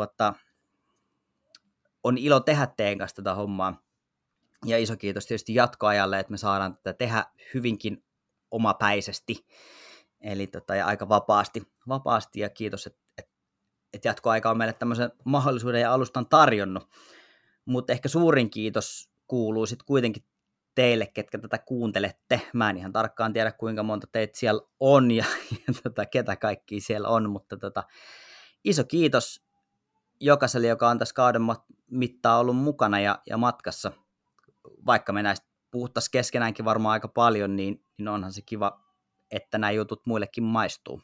on ilo tehdä teidän kanssa tätä hommaa ja iso kiitos tietysti jatkoajalle, että me saadaan tätä tehdä hyvinkin omapäisesti eli ja aika vapaasti ja kiitos, että jatkoaika on meille tämmöisen mahdollisuuden ja alustan tarjonnut, mutta ehkä suurin kiitos kuuluu sitten kuitenkin teille, ketkä tätä kuuntelette. Mä en ihan tarkkaan tiedä, kuinka monta teitä siellä on ja ketä kaikki siellä on, mutta iso kiitos jokaiselle, joka on tässä kauden mittaan ollut mukana ja matkassa. Vaikka me näistä puhuttaisiin keskenäänkin varmaan aika paljon, niin onhan se kiva, että nämä jutut muillekin maistuu.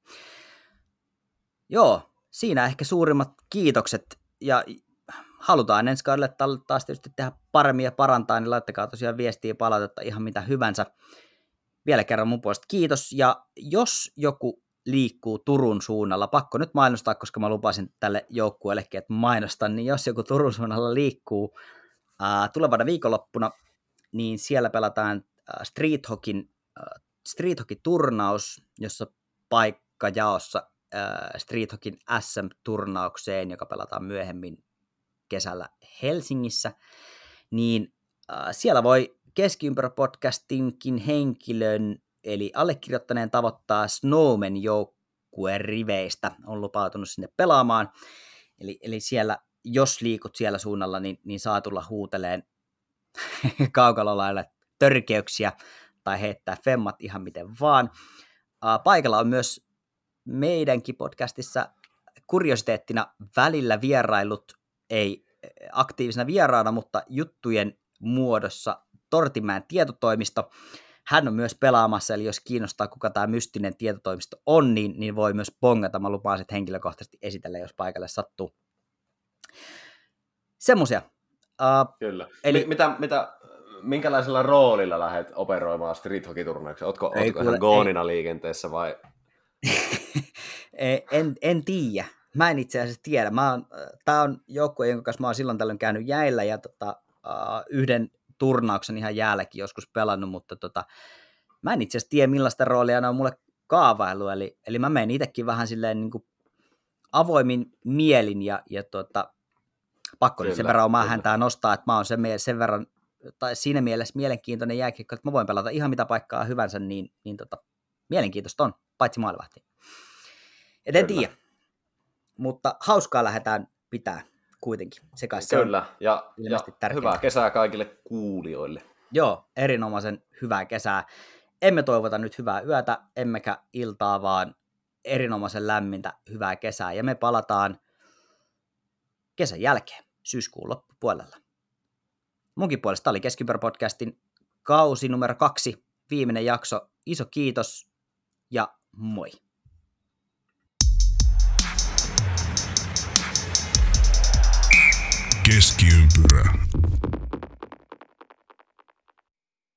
Joo, siinä ehkä suurimmat kiitokset, ja halutaan ensi kaudelle taas tietysti tehdä paremmin ja parantaa, niin laittakaa tosiaan viestiä, palautetta, ihan mitä hyvänsä. Vielä kerran mun puolesta kiitos, ja jos joku liikkuu Turun suunnalla, pakko nyt mainostaa, koska mä lupasin tälle joukkueellekin, että mainostan, niin jos joku Turun suunnalla liikkuu tulevana viikonloppuna, niin siellä pelataan Street Hockeyn turnaus, jossa paikkajaossa Street Hockeyn SM-turnaukseen, joka pelataan myöhemmin kesällä Helsingissä, niin siellä voi Keskiympärä-podcastinkin henkilön, eli allekirjoittaneen tavoittaa Snowmen joukkueen riveistä, on lupautunut sinne pelaamaan, eli siellä, jos liikut siellä suunnalla, niin saa tulla huuteleen kaukalolaille törkeyksiä tai heittää femmat ihan miten vaan. Paikalla on myös meidänkin podcastissa kuriositeettina välillä vierailut, ei aktiivisena vieraana, mutta juttujen muodossa Tortimäen tietotoimisto. Hän on myös pelaamassa, eli jos kiinnostaa, kuka tämä mystinen tietotoimisto on, niin voi myös bongata. Mä lupaan sitten henkilökohtaisesti esitellä, jos paikalle sattuu. Semmoisia.
Kyllä. Eli minkälaisella roolilla lähdet operoimaan Street Hockey-turnauksia? Ootko ihan goonina liikenteessä vai?
En tiedä. Mä en itse asiassa tiedä. Tää on joukkue, jonka kanssa mä oon silloin tällöin käynyt jäillä ja yhden turnauksen ihan jäälläkin joskus pelannut, mutta mä en itse asiassa tiedä, millaista roolia ne on mulle kaavailu, eli mä menen itsekin vähän silleen niin kuin avoimin mielin ja pakko nyt sen verran omaa häntää nostaa, että mä oon sen verran, tai siinä mielessä mielenkiintoinen jääkiekko, että mä voin pelata ihan mitä paikkaa hyvänsä, niin mielenkiintoista on, paitsi maalivahti. Et en tiedä, mutta hauskaa lähdetään pitää kuitenkin. Se kai se
kyllä, ja
tärkeää.
Hyvää kesää kaikille kuulijoille.
Joo, erinomaisen hyvää kesää. Emme toivota nyt hyvää yötä, emmekä iltaa, vaan erinomaisen lämmintä hyvää kesää. Ja me palataan kesän jälkeen, syyskuun loppupuolella. Munkin puolesta oli Keskiympärä-podcastin kausi numero 2, viimeinen jakso. Iso kiitos ja moi.
Keskiympyrä.